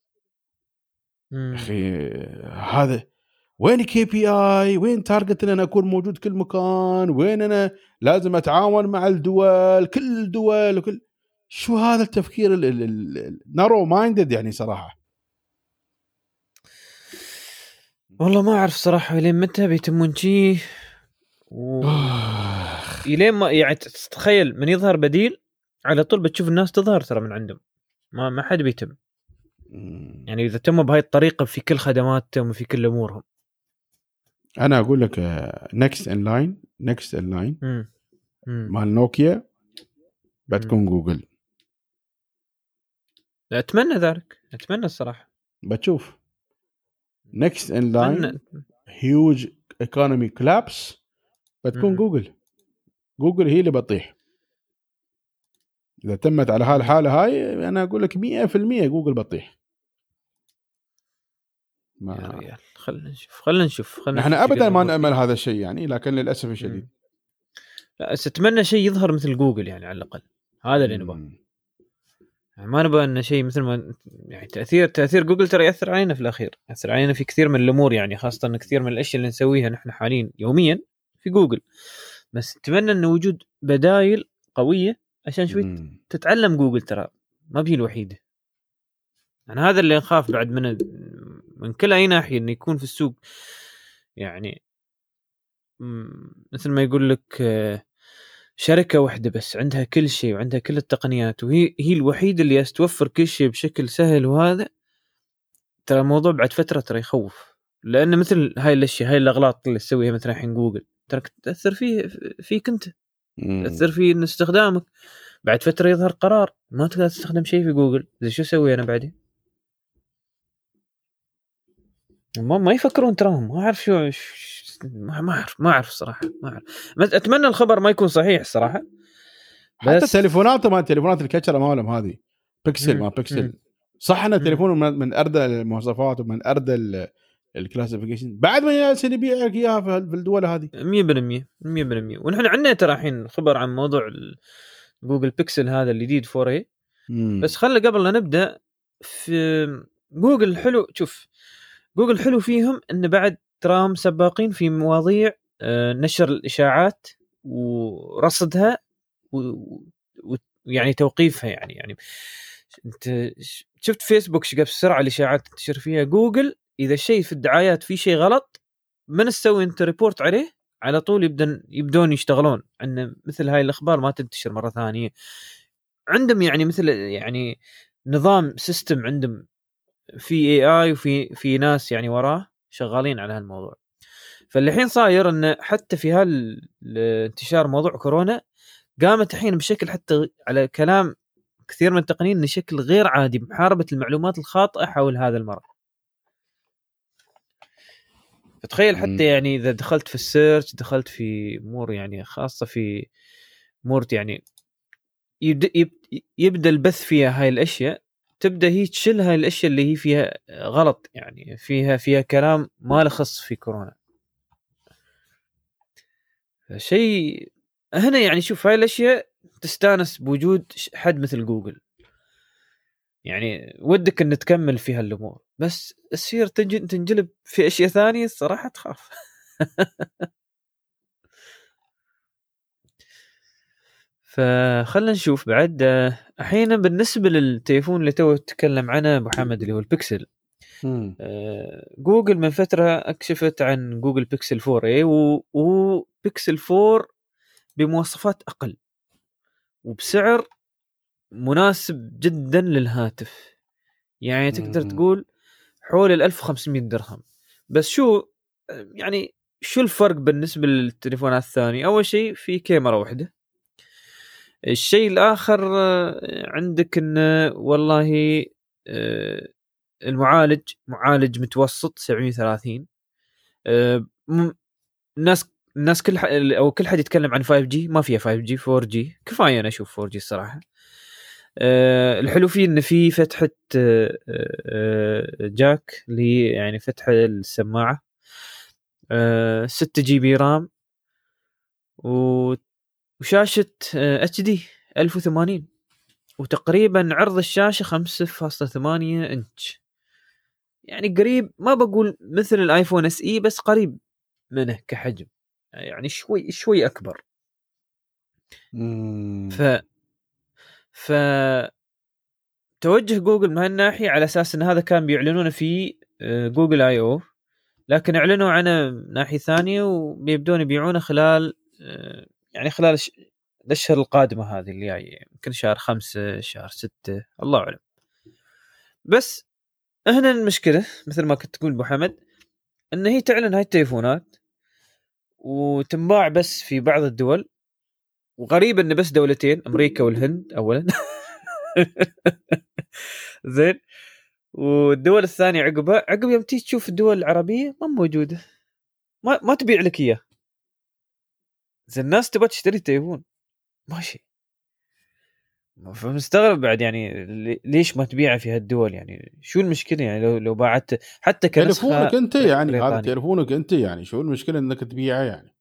Speaker 2: اخي هذا وين كي بي اي؟ وين تارجت ان انا اكون موجود كل مكان؟ وين انا لازم اتعاون مع الدول، كل الدول وكل شو هذا التفكير النارو مايندد يعني صراحه.
Speaker 1: والله ما اعرف صراحه لين متى بيتمون شيء الين ما يعني تتخيل من يظهر بديل على طول بتشوف الناس تظهر ترى من عندهم. ما حد بيتم يعني اذا تموا بهاي الطريقه في كل خدماتهم وفي كل امورهم.
Speaker 2: انا اقول لك نكست ان لاين مال نوكيا بتكون جوجل.
Speaker 1: اتمنى ذلك، اتمنى الصراحه.
Speaker 2: بتشوف نكست ان لاين هيوج ايكونومي كولابس بتكون جوجل هي اللي بتطيح اذا تمت على هالحاله هاي. انا اقول لك 100% جوجل بتطيح.
Speaker 1: يا ريال خلينا نشوف
Speaker 2: نحن ابدا ما نامل هذا الشيء يعني، لكن للاسف الشديد
Speaker 1: لا اتمنى شيء يظهر مثل جوجل يعني على الاقل. هذا اللي نبغاه يعني. ما نبغى ان شيء مثل ما يعني تاثير جوجل ترى ياثر علينا في الاخير، ياثر علينا في كثير من الامور يعني، خاصه ان كثير من الاشياء اللي نسويها نحن حاليا يوميا في جوجل. بس اتمنى انه وجود بدائل قويه عشان شوي تتعلم جوجل ترى ما بهي الوحيده. يعني هذا اللي نخاف بعد من كل اي ناحيه انه يكون في السوق يعني مثل ما يقول لك شركه واحده بس عندها كل شيء وعندها كل التقنيات وهي الوحيده اللي توفر كل شيء بشكل سهل. وهذا ترى الموضوع بعد فتره ترى يخوف، لان مثل هاي الاشياء هاي الاغلاط اللي تسويها مثلا الحين جوجل ترى تاثر فيك انت، تاثر في ان استخدامك. بعد فتره يظهر قرار ما تقدر تستخدم شيء في جوجل، زي شو اسوي انا بعدين؟ ما يفكرون تراهم. ما اعرف شو ما اعرف صراحه ما اعرف. اتمنى الخبر ما يكون صحيح الصراحه.
Speaker 2: حتى تليفوناتهم التليفونات الكاتشره مالهم هذه بيكسل ما بيكسل صح. انا تليفون من اردى المواصفات ومن اردى الكلاسيفيكيشن بعد ما ياسين يبيع لك اياها في الدول هذه
Speaker 1: 100%. ونحن عندنا ترى الحين خبر عن موضوع جوجل بيكسل هذا الجديد 4A. بس خلنا قبل لا نبدا في جوجل الحلو. شوف جوجل حلو فيهم ان بعد تراهم سباقين في مواضيع نشر الاشاعات ورصدها ويعني توقيفها يعني انت شفت فيسبوك شقف السرعه الاشاعات تنتشر فيها. جوجل اذا شيء في الدعايات في شيء غلط من تسوي انت ريبورت على طول يبدون يشتغلون ان مثل هاي الاخبار ما تنتشر مره ثانيه. عندهم يعني مثل يعني نظام سيستم عندهم في اي وفي ناس يعني وراه شغالين على هالموضوع. فالحين صاير انه حتى في هالانتشار موضوع كورونا قامت الحين بشكل حتى على كلام كثير من التقنيين بشكل غير عادي محاربة المعلومات الخاطئة حول هذا المرض. فتخيل حتى يعني إذا دخلت في السيرش دخلت في أمور يعني خاصة في أمور يعني يبدأ البث فيها هاي الأشياء، تبدأ هي تشيل هاي الأشياء اللي هي فيها غلط يعني فيها كلام ما له خص في كورونا. شيء هنا يعني شوف هاي الأشياء تستانس بوجود حد مثل جوجل. يعني ودك ان تكمل في هالامور بس تصير تنجلب في اشياء ثانيه الصراحه تخاف. فخلنا نشوف بعد احيانا بالنسبه للتليفون اللي تو تتكلم عنه ابو حمد اللي هو البكسل. جوجل من فتره اكشفت عن جوجل بيكسل 4A وبيكسل 4 بمواصفات اقل وبسعر مناسب جدا للهاتف. يعني تقدر تقول حول 1500 درهم. بس شو يعني شو الفرق بالنسبة للتليفونات الثانية؟ أول شيء في كاميرا واحدة. الشيء الآخر عندك إنه والله معالج متوسط 730. الناس كل حد يتكلم عن 5G. ما فيها 5G 4G كفاية. أنا أشوف 4G الصراحة. الحلو فيه إن في فتحة جاك اللي يعني فتح السماعة، 6 GB رام، وشاشة HD 1080، وتقريبا عرض الشاشة 5.8 إنش، يعني قريب، ما بقول مثل الايفون اس اي بس قريب منه كحجم، يعني شوي اكبر. ف ف توجه جوجل من هالناحية على اساس ان هذا كان بيعلنونه في جوجل اي او، لكن اعلنوا عنه ناحية ثانية وبيبدون يبيعونه خلال يعني خلال الاشهر القادمة هذه اللي جاية، يمكن شهر 5 شهر 6 الله اعلم. بس هنا المشكلة مثل ما كنت تقول ابو حمد، ان هي تعلن هاي التليفونات وتنباع بس في بعض الدول، وغريب ان بس دولتين، امريكا والهند اولا زين، والدول الثانيه عقب يوم تيجي تشوف الدول العربيه ما موجوده، ما تبيع لك اياه. زين الناس تبغى تشتري تليفون ماشي، فمستغرب بعد يعني ليش ما تبيعه في هالدول؟ يعني شو المشكله يعني لو باعت حتى كنسخه
Speaker 2: تليفونك انت يعني، هذا
Speaker 1: بريطاني.
Speaker 2: تليفونك انت يعني، شو المشكله انك تبيعه يعني؟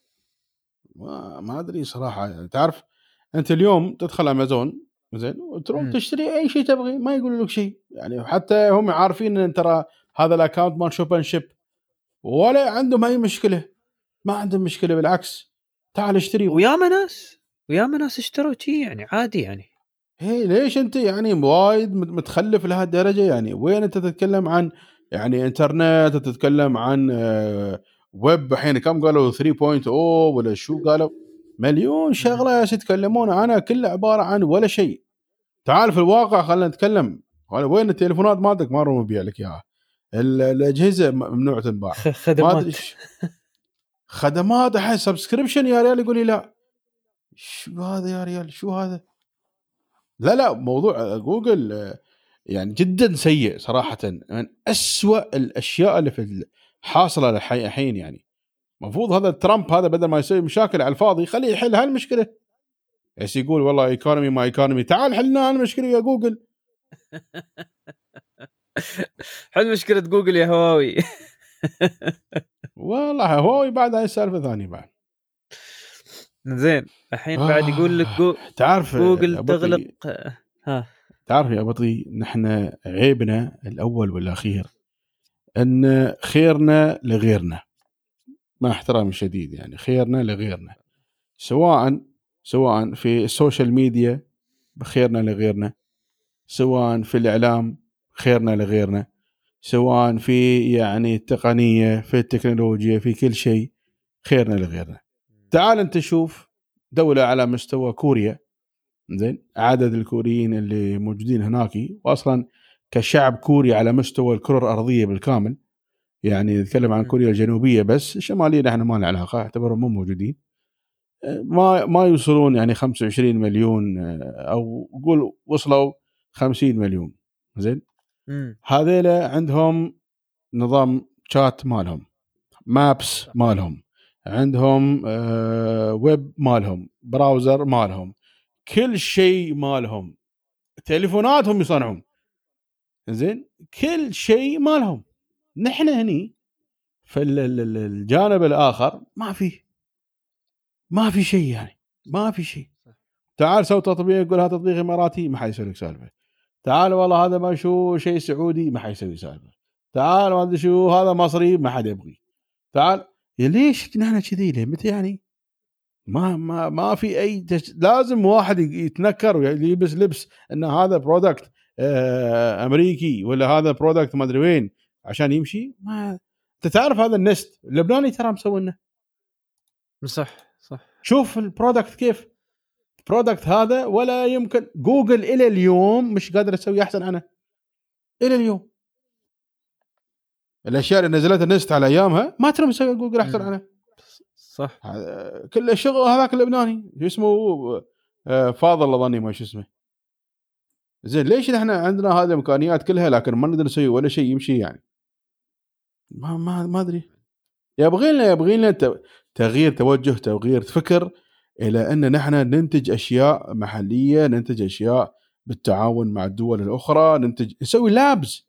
Speaker 2: ما ادري صراحه يعني. تعرف انت اليوم تدخل امازون زين وتروح تشتري اي شيء تبغي، ما يقولوا لك شيء يعني، حتى هم عارفين ان ترى هذا الاكونت مال شوب اند شيب، ولا عندهم اي مشكله، ما عندهم مشكله، بالعكس تعال اشتري.
Speaker 1: وياما ناس اشتروا شيء يعني عادي يعني.
Speaker 2: هي ليش انت يعني وايد متخلف لهالدرجه يعني؟ وين انت تتكلم عن يعني انترنت، تتكلم عن ويب الحين كم قالوا 3.0 ولا شو قالوا؟ مليون شغله يتكلمون عنها كلها عباره عن ولا شيء. تعال في الواقع خلينا نتكلم، وين التليفونات مالتك ما نروح نبيع لك اياها، الاجهزه ممنوع تنباع، ما ادري
Speaker 1: خدمات
Speaker 2: خدمات الحين سبسكريبشن يا ريال، يقول لي لا شو هذا يا ريال، شو هذا؟ لا موضوع جوجل يعني جدا سيء صراحة، من أسوأ الأشياء اللي في حاصلة الحين يعني. مفروض هذا ترامب هذا بدل ما يسوي مشاكل على الفاضي خليه يحل هالمشكلة، بس يقول والله ايكونومي ما ايكونومي، تعال حلنا هالمشكلة يا جوجل.
Speaker 1: حل مشكلة جوجل يا هواوي
Speaker 2: والله هو بعد هاي السالفة ثانية بعد.
Speaker 1: زين الحين بعد يقول لك
Speaker 2: تعرف
Speaker 1: جوجل
Speaker 2: يا
Speaker 1: تغلق.
Speaker 2: بطي،
Speaker 1: ها
Speaker 2: تعرف يا بطي نحن عيبنا الأول والأخير أن خيرنا لغيرنا، مع احترامي الشديد يعني، خيرنا لغيرنا، سواء في السوشيال ميديا بخيرنا لغيرنا، سواء في الإعلام خيرنا لغيرنا، سواء في يعني التقنية، في التكنولوجيا، في كل شيء خيرنا لغيرنا. تعال انت شوف دولة على مستوى كوريا، زين، عدد الكوريين اللي موجودين هناك، واصلا كشعب كوري على مستوى الكرة الأرضية بالكامل، يعني نتكلم عن كوريا الجنوبية بس، الشمالية نحن ما لنا علاقة، اعتبرهم مو موجودين، ما يوصلون يعني 25 مليون، او قول وصلوا 50 مليون. زين، هذيلا عندهم نظام شات مالهم، مابس مالهم، عندهم ويب مالهم، براوزر مالهم، كل شيء مالهم، تليفوناتهم يصنعون، زين، كل شيء مالهم. نحن هني في الجانب الاخر ما في شيء يعني، ما في شيء. تعال سوي تطبيق، يقول هذا تطبيق اماراتي، ما حيسوي لك سالفه. تعال والله هذا ما شو شيء سعودي، ما حيسوي سالفه. تعال ما ادري شو هذا مصري، ما حد يبغي. تعال ليش نحن كذي؟ ليه متى يعني؟ ما في اي لازم واحد يتنكر ويلبس لبس ان هذا برودكت امريكي، ولا هذا برودكت ما ادري وين عشان يمشي. ما انت تعرف هذا النست اللبناني ترى مسوينه،
Speaker 1: صح
Speaker 2: شوف البرودكت كيف، برودكت هذا ولا يمكن جوجل الى اليوم مش قادر تسوي احسن عنه الى اليوم. الاشياء اللي نزلتها نست على ايامها ما ترى مسوي جوجل احسن عنه.
Speaker 1: صح،
Speaker 2: كل الشغل هذاك اللبناني شو اسمه، فاضل اظني ما شو اسمه. زين ليش احنا عندنا هذه الامكانيات كلها لكن ما نقدر نسوي ولا شيء يمشي يعني؟ ما ادري. يبغي لنا تغيير توجه، تغيير فكر، الى ان نحن ننتج اشياء محليه، ننتج اشياء بالتعاون مع الدول الأخرى نسوي لابز.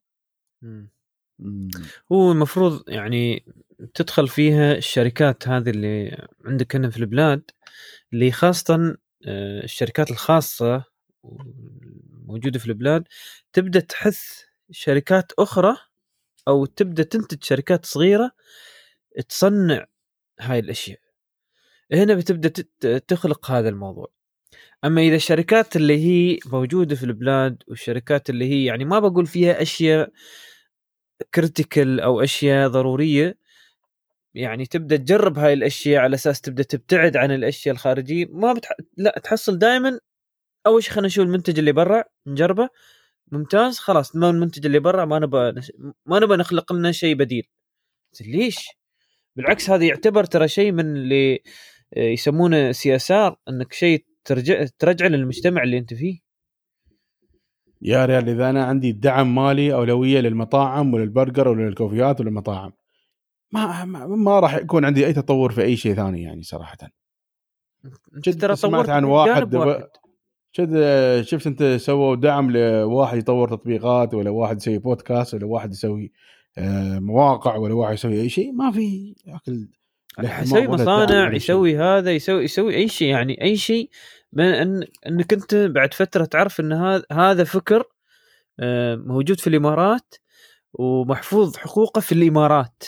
Speaker 1: هو المفروض يعني تدخل فيها الشركات هذه اللي عندك هنا في البلاد، اللي خاصة الشركات الخاصة موجودة في البلاد، تبدأ تحث شركات أخرى أو تبدأ تنتج شركات صغيرة تصنع هاي الأشياء. هنا بتبدأ تخلق هذا الموضوع. أما إذا الشركات اللي هي موجودة في البلاد والشركات اللي هي يعني ما بقول فيها أشياء كريتيكال أو أشياء ضرورية، يعني تبدأ تجرب هاي الأشياء على أساس تبدأ تبتعد عن الأشياء الخارجية، لا تحصل دائما أول شيء خلينا نشوف المنتج اللي برا نجربه ممتاز، خلاص ما المنتج اللي برا ما نبى نخلق لنا شيء بديل. ليش؟ بالعكس هذا يعتبر ترى شيء من اللي يسمونه CSR، انك شيء ترجع للمجتمع اللي انت فيه.
Speaker 2: يا ريال اذا انا عندي دعم مالي اولويه للمطاعم وللبرجر وللكوفيات وللمطاعم، ما راح يكون عندي اي تطور في اي شيء ثاني يعني صراحه.
Speaker 1: ترى
Speaker 2: سمعت عن واحد. شفت انت سووا دعم لواحد يطور تطبيقات، ولا واحد يسوي بودكاست، ولا واحد يسوي مواقع، ولا واحد يسوي اي شيء؟ ما في اكل
Speaker 1: يسوي مصانع، يسوي هذا، يسوي اي شيء، يعني اي شيء من انك انت بعد فتره تعرف ان هذا فكر موجود في الامارات ومحفوظ حقوقه في الامارات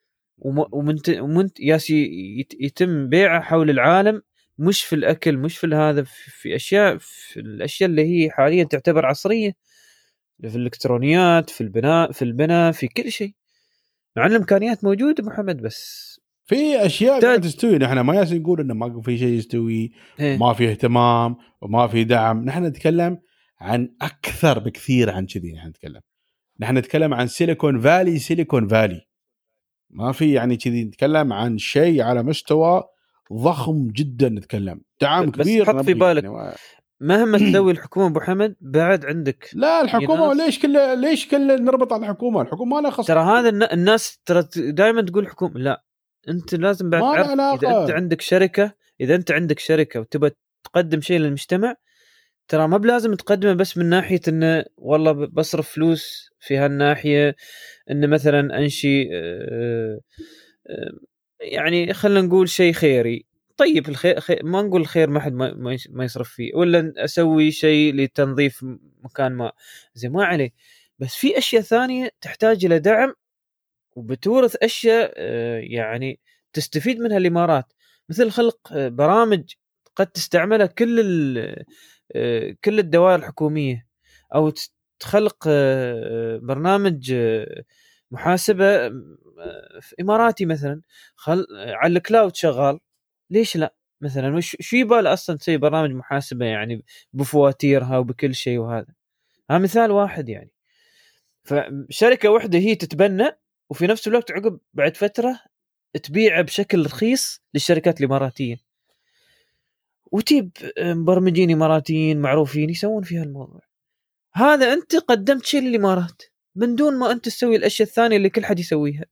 Speaker 1: يتم بيعه حول العالم، مش في الاكل، مش في هذا، في اشياء، في الاشياء اللي هي حاليا تعتبر عصريه، في الالكترونيات، في البناء في كل شيء، مع ان الامكانيات موجوده محمد، بس
Speaker 2: في اشياء قاعده تستوي. نحن ما ياسين نقول انه ما في شيء يستوي، ما في اهتمام وما في دعم. نحن نتكلم عن اكثر بكثير عن كذي. نحن نتكلم عن سيليكون فالي. ما في يعني كذي، نتكلم عن شيء على مستوى ضخم جدا، نتكلم دعم كبير.
Speaker 1: بس حط في بالك يعني مهما تسوي الحكومه ابو حمد بعد عندك
Speaker 2: لا الحكومه ليش كل نربط على الحكومه ما لها خص.
Speaker 1: ترى هذا الناس ترى دائما تقول حكومه، لا انت لازم بعد تعرف اذا انت عندك شركه وتبى تقدم شيء للمجتمع، ترى ما بلازم تقدمه بس من ناحيه انه والله بصرف فلوس في هالناحيه، ان مثلا انشي يعني خلينا نقول شيء خيري. طيب الخير ما نقول الخير ما حد ما يصرف فيه، ولا اسوي شيء لتنظيف مكان ما، زي ما عليه. بس في اشياء ثانيه تحتاج الى دعم وبتورث اشياء يعني تستفيد منها الامارات، مثل خلق برامج قد تستعملها كل الدوائر الحكوميه، او تخلق برنامج محاسبه في اماراتي مثلا على الكلاود شغال، ليش لا مثلا؟ شو يبال اصلا تسوي برامج محاسبه يعني بفواتيرها وبكل شيء، وهذا مثال واحد يعني. فشركه واحده هي تتبنى وفي نفس الوقت عقب بعد فتره تبيعه بشكل رخيص للشركات الاماراتيه، وتجيب مبرمجين اماراتيين معروفين يسوون فيها الموضوع هذا. انت قدمت شيء للامارات من دون ما انت تسوي الاشياء الثانيه اللي كل حد يسويها.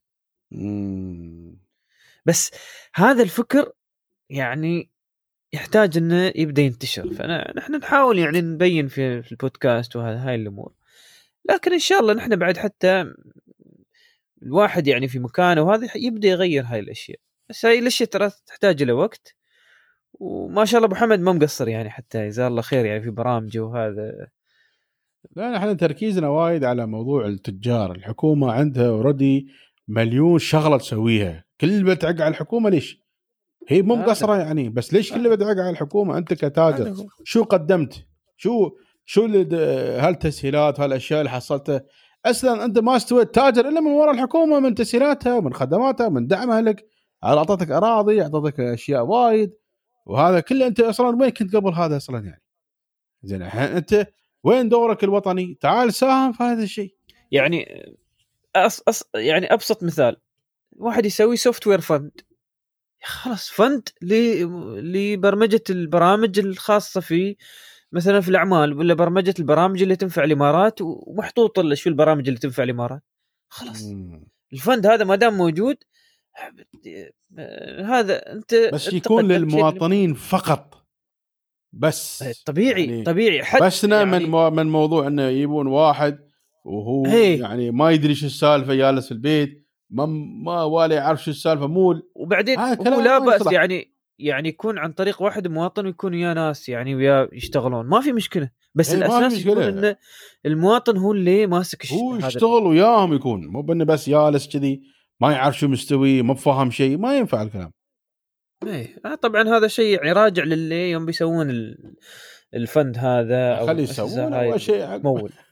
Speaker 1: بس هذا الفكر يعني يحتاج انه يبدا ينتشر، نحن نحاول يعني نبين في البودكاست وهذا هاي الامور، لكن ان شاء الله نحن بعد حتى الواحد يعني في مكانه وهذا يبدا يغير هاي الاشياء. بس هاي الاشياء ترى تحتاج الى وقت، وما شاء الله ابو حمد ما مقصر يعني، حتى جزاه الله خير يعني في برامجه وهذا.
Speaker 2: لا نحن تركيزنا وايد على موضوع التجار. الحكومه عندها اوريدي مليون شغله تسويها، كل بتعق على الحكومه. ليش هي مو مقصره يعني؟ بس ليش كل بتعق على الحكومه؟ انت كتاجر شو قدمت؟ شو هالتسهيلات، هالاشياء اللي حصلتها؟ اصلا انت ما استويت تاجر الا من وراء الحكومه، من تسهيلاتها ومن خدماتها ومن دعمها لك. اعطتك اراضي، اعطتك اشياء وايد، وهذا كله انت اصلا وين كنت قبل هذا اصلا يعني؟ زين انت وين دورك الوطني؟ تعال ساهم في هذا الشيء
Speaker 1: يعني. يعني ابسط مثال، واحد يسوي سوفت وير فند، خلاص فند لبرمجه البرامج الخاصه في مثلا في الاعمال، ولا برمجه البرامج اللي تنفع الامارات، ومحطوط شو البرامج اللي تنفع الامارات، خلاص الفند هذا ما دام موجود هذا انت
Speaker 2: بس يكون للمواطنين فقط. بس
Speaker 1: طبيعي
Speaker 2: يعني
Speaker 1: طبيعي حتى
Speaker 2: بسنا
Speaker 1: يعني
Speaker 2: من موضوع انه يجيبون واحد وهو
Speaker 1: هي
Speaker 2: يعني ما يدري شو السالفه، جالس في البيت ما ولا يعرف شو السالفه، مول
Speaker 1: وبعدين
Speaker 2: هذا
Speaker 1: هو
Speaker 2: كلام
Speaker 1: لا
Speaker 2: ما
Speaker 1: بأس
Speaker 2: يصلح.
Speaker 1: يعني يكون عن طريق واحد مواطن ويكون وياه ناس يعني وياه يشتغلون، ما في مشكلة، بس
Speaker 2: اي ما في
Speaker 1: الأساس يكون
Speaker 2: مشكله،
Speaker 1: إن المواطن هو اللي ماسك
Speaker 2: هو
Speaker 1: هذا
Speaker 2: يشتغل وياهم، يكون مو بانه بس جالس كذي ما يعرف شو مستوي، ما بفهم شيء، ما ينفع الكلام.
Speaker 1: ايه طبعا هذا شيء يعني راجع للي يوم بيسوون الفند هذا او
Speaker 2: خلي
Speaker 1: المؤسسة
Speaker 2: يسوونه
Speaker 1: هاي
Speaker 2: اول
Speaker 1: اللي
Speaker 2: شيء عقب.
Speaker 1: تمول.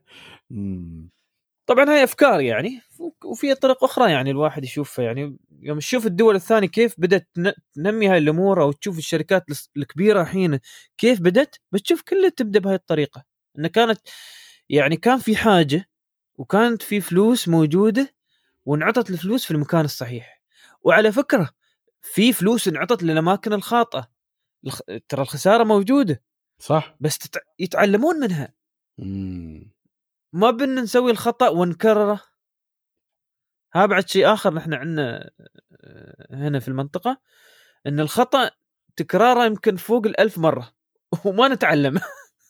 Speaker 1: طبعا هاي افكار يعني، وفي طرق اخرى يعني الواحد يشوفها، يعني يوم تشوف الدول الثانيه كيف بدات تنمي هاي الامور، او تشوف الشركات الكبيره الحين كيف بدت، بتشوف كلها تبدا بهاي الطريقه، ان كانت يعني كان في حاجه وكانت في فلوس موجوده وانعطت الفلوس في المكان الصحيح. وعلى فكره في فلوس انعطت للاماكن الخاطئه، ترى الخساره موجوده
Speaker 2: صح.
Speaker 1: بس يتعلمون منها.
Speaker 2: مم.
Speaker 1: ما بدنا نسوي الخطأ ونكرره. ها بعد شيء آخر نحن عندنا هنا في المنطقة، إن الخطأ تكراره يمكن فوق 1000 مرة وما نتعلم.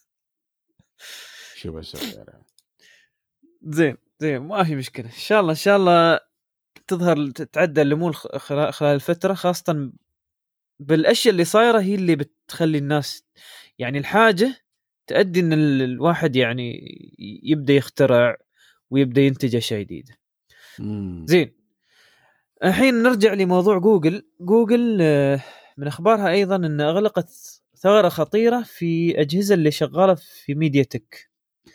Speaker 2: شو بسوي يعني؟
Speaker 1: زين ما في مشكلة، إن شاء الله إن شاء الله تظهر تتعدى الأمور خلال الفترة، خاصة بالأشياء اللي صايرة هي اللي بتخلي الناس يعني الحاجة تؤدي إن الواحد يعني يبدأ يخترع ويبدأ ينتج أشياء جديدة. زين الحين نرجع لموضوع جوجل من أخبارها أيضا أن أغلقت ثغرة خطيرة في أجهزة اللي شغالة في ميديا تك،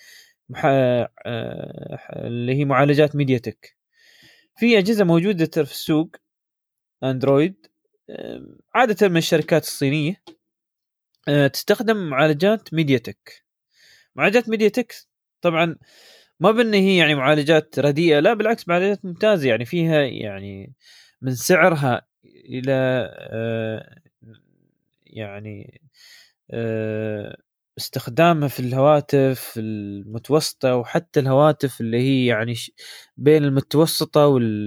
Speaker 1: اللي هي معالجات ميديا تك. في أجهزة موجودة في السوق أندرويد عادة من الشركات الصينية تستخدم معالجات ميديا تك. معالجات ميديا تك طبعا ما بأن هي يعني معالجات رديئة، لا بالعكس معالجات ممتازة، يعني فيها يعني من سعرها إلى يعني استخدامها في الهواتف المتوسطة وحتى الهواتف اللي هي يعني بين المتوسطة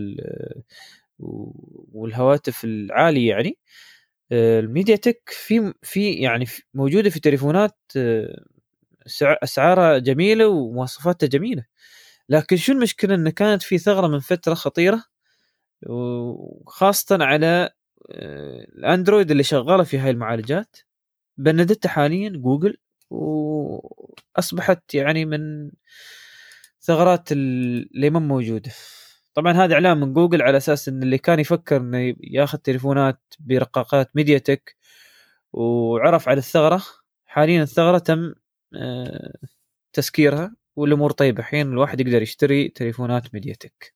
Speaker 1: والهواتف العالية يعني. الميديا تك في يعني موجودة في تليفونات أسعارها جميلة ومواصفاتها جميلة. لكن شو المشكلة أن كانت في ثغرة من فترة خطيرة، وخاصة على الأندرويد اللي شغالة في هاي المعالجات، بندتها حاليا جوجل وأصبحت يعني من ثغرات اللي ما موجودة. طبعا هذا إعلان من جوجل على أساس أن اللي كان يفكر أنه ياخذ تليفونات برقاقات ميديا تك وعرف على الثغرة، حاليا الثغرة تم تسكيرها والأمور طيبة، حين الواحد يقدر يشتري تليفونات ميديا تك.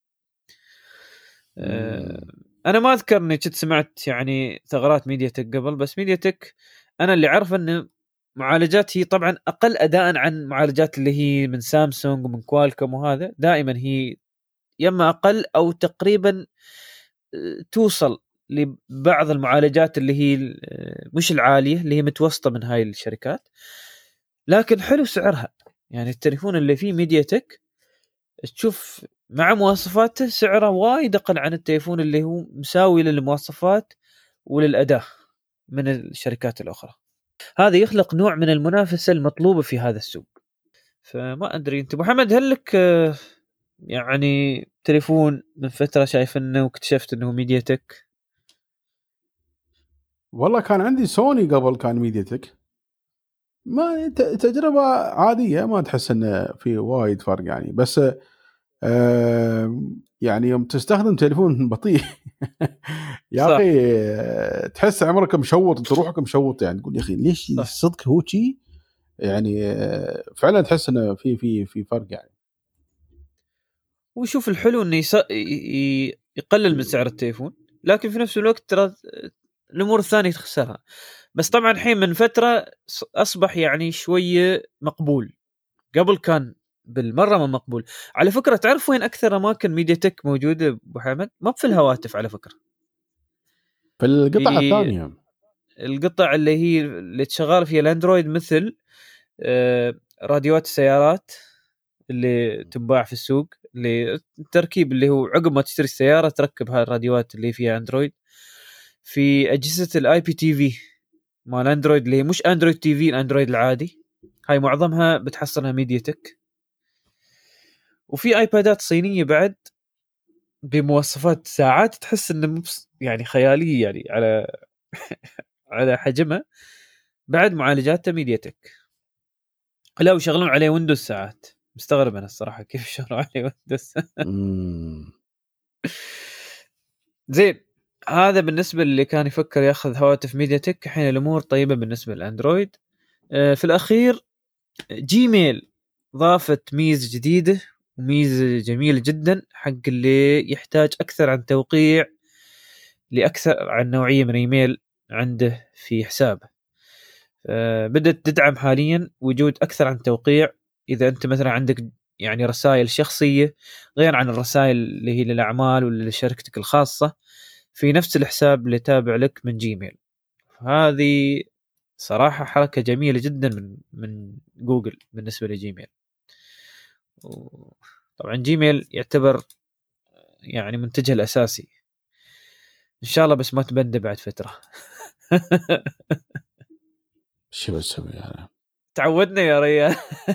Speaker 1: أنا ما أذكر أني كنت سمعت يعني ثغرات ميديا تك قبل، بس ميديا تك أنا اللي عارفه أن معالجات هي طبعا أقل أداء عن معالجات اللي هي من سامسونج ومن كوالكوم، وهذا دائما هي يما أقل أو تقريبا توصل لبعض المعالجات اللي هي مش العالية اللي هي متوسطة من هاي الشركات، لكن حلو سعرها. يعني التليفون اللي فيه ميديا تك تشوف مع مواصفاته سعره وايد أقل عن التليفون اللي هو مساوي للمواصفات وللأداء من الشركات الأخرى. هذا يخلق نوع من المنافسة المطلوبة في هذا السوق. فما أدري أنت محمد، هل لك يعني تليفون من فترة شايف أنه واكتشفت أنه ميديا تك؟
Speaker 2: والله كان عندي سوني قبل، كان ميديا تك، ما تجربة عادية، ما تحس انه في وايد فرق يعني. بس يعني يوم تستخدم تليفون بطيء يا
Speaker 1: صح
Speaker 2: اخي تحس عمرك مشوط، انت روحك مشوط، يعني تقول يا اخي ليش
Speaker 1: صح.
Speaker 2: الصدق هو شيء يعني. فعلا تحس انه في فرق يعني.
Speaker 1: وشوف الحلو انه يقلل من سعر التليفون، لكن في نفس الوقت ترى الامور الثانيه تخسرها. بس طبعا الحين من فتره اصبح يعني شويه مقبول، قبل كان بالمره ما مقبول. على فكره تعرف وين اكثر اماكن ميديا تك موجوده ابو حمد؟ ما في الهواتف على فكره،
Speaker 2: في القطع
Speaker 1: في
Speaker 2: الثانية.
Speaker 1: القطع اللي هي اللي تشغل فيها الاندرويد، مثل راديوات السيارات اللي تنباع في السوق، اللي التركيب اللي هو عقب ما تشتري السيارة تركب هاي الراديوات اللي فيها اندرويد. في أجهزة الاي بي تي في مال اندرويد اللي مش اندرويد تي في، الاندرويد العادي، هاي معظمها بتحصلها ميدياتك. وفي ايبادات صينيه بعد بمواصفات ساعات تحس انه يعني خياليه يعني على على حجمها، بعد معالجاتها ميدياتك. لا ويشغلون عليه ويندوز ساعات، مستغرب انا الصراحه كيف يشغلون عليه ويندوز. زين، هذا بالنسبه اللي كان يفكر ياخذ هواتف ميدياتك. الحين الامور طيبه بالنسبه للاندرويد. في الاخير جيميل ضافت ميزه جديده وميزه جميله جدا حق اللي يحتاج اكثر عن توقيع لاكثر عن نوعيه من ايميل عنده في حسابه. بدأت تدعم حاليا وجود أكثر عن توقيع. إذا أنت مثلا عندك يعني رسائل شخصية غير عن الرسائل اللي هي للأعمال ولا لشركتك الخاصة في نفس الحساب اللي تابع لك من جيميل. هذه صراحة حركة جميلة جدا من جوجل بالنسبة لجيميل. طبعا جيميل يعتبر يعني منتجها الأساسي إن شاء الله، بس ما تبدأ بعد فترة.
Speaker 2: شو بسوي يعني؟
Speaker 1: تعودنا يا ريال.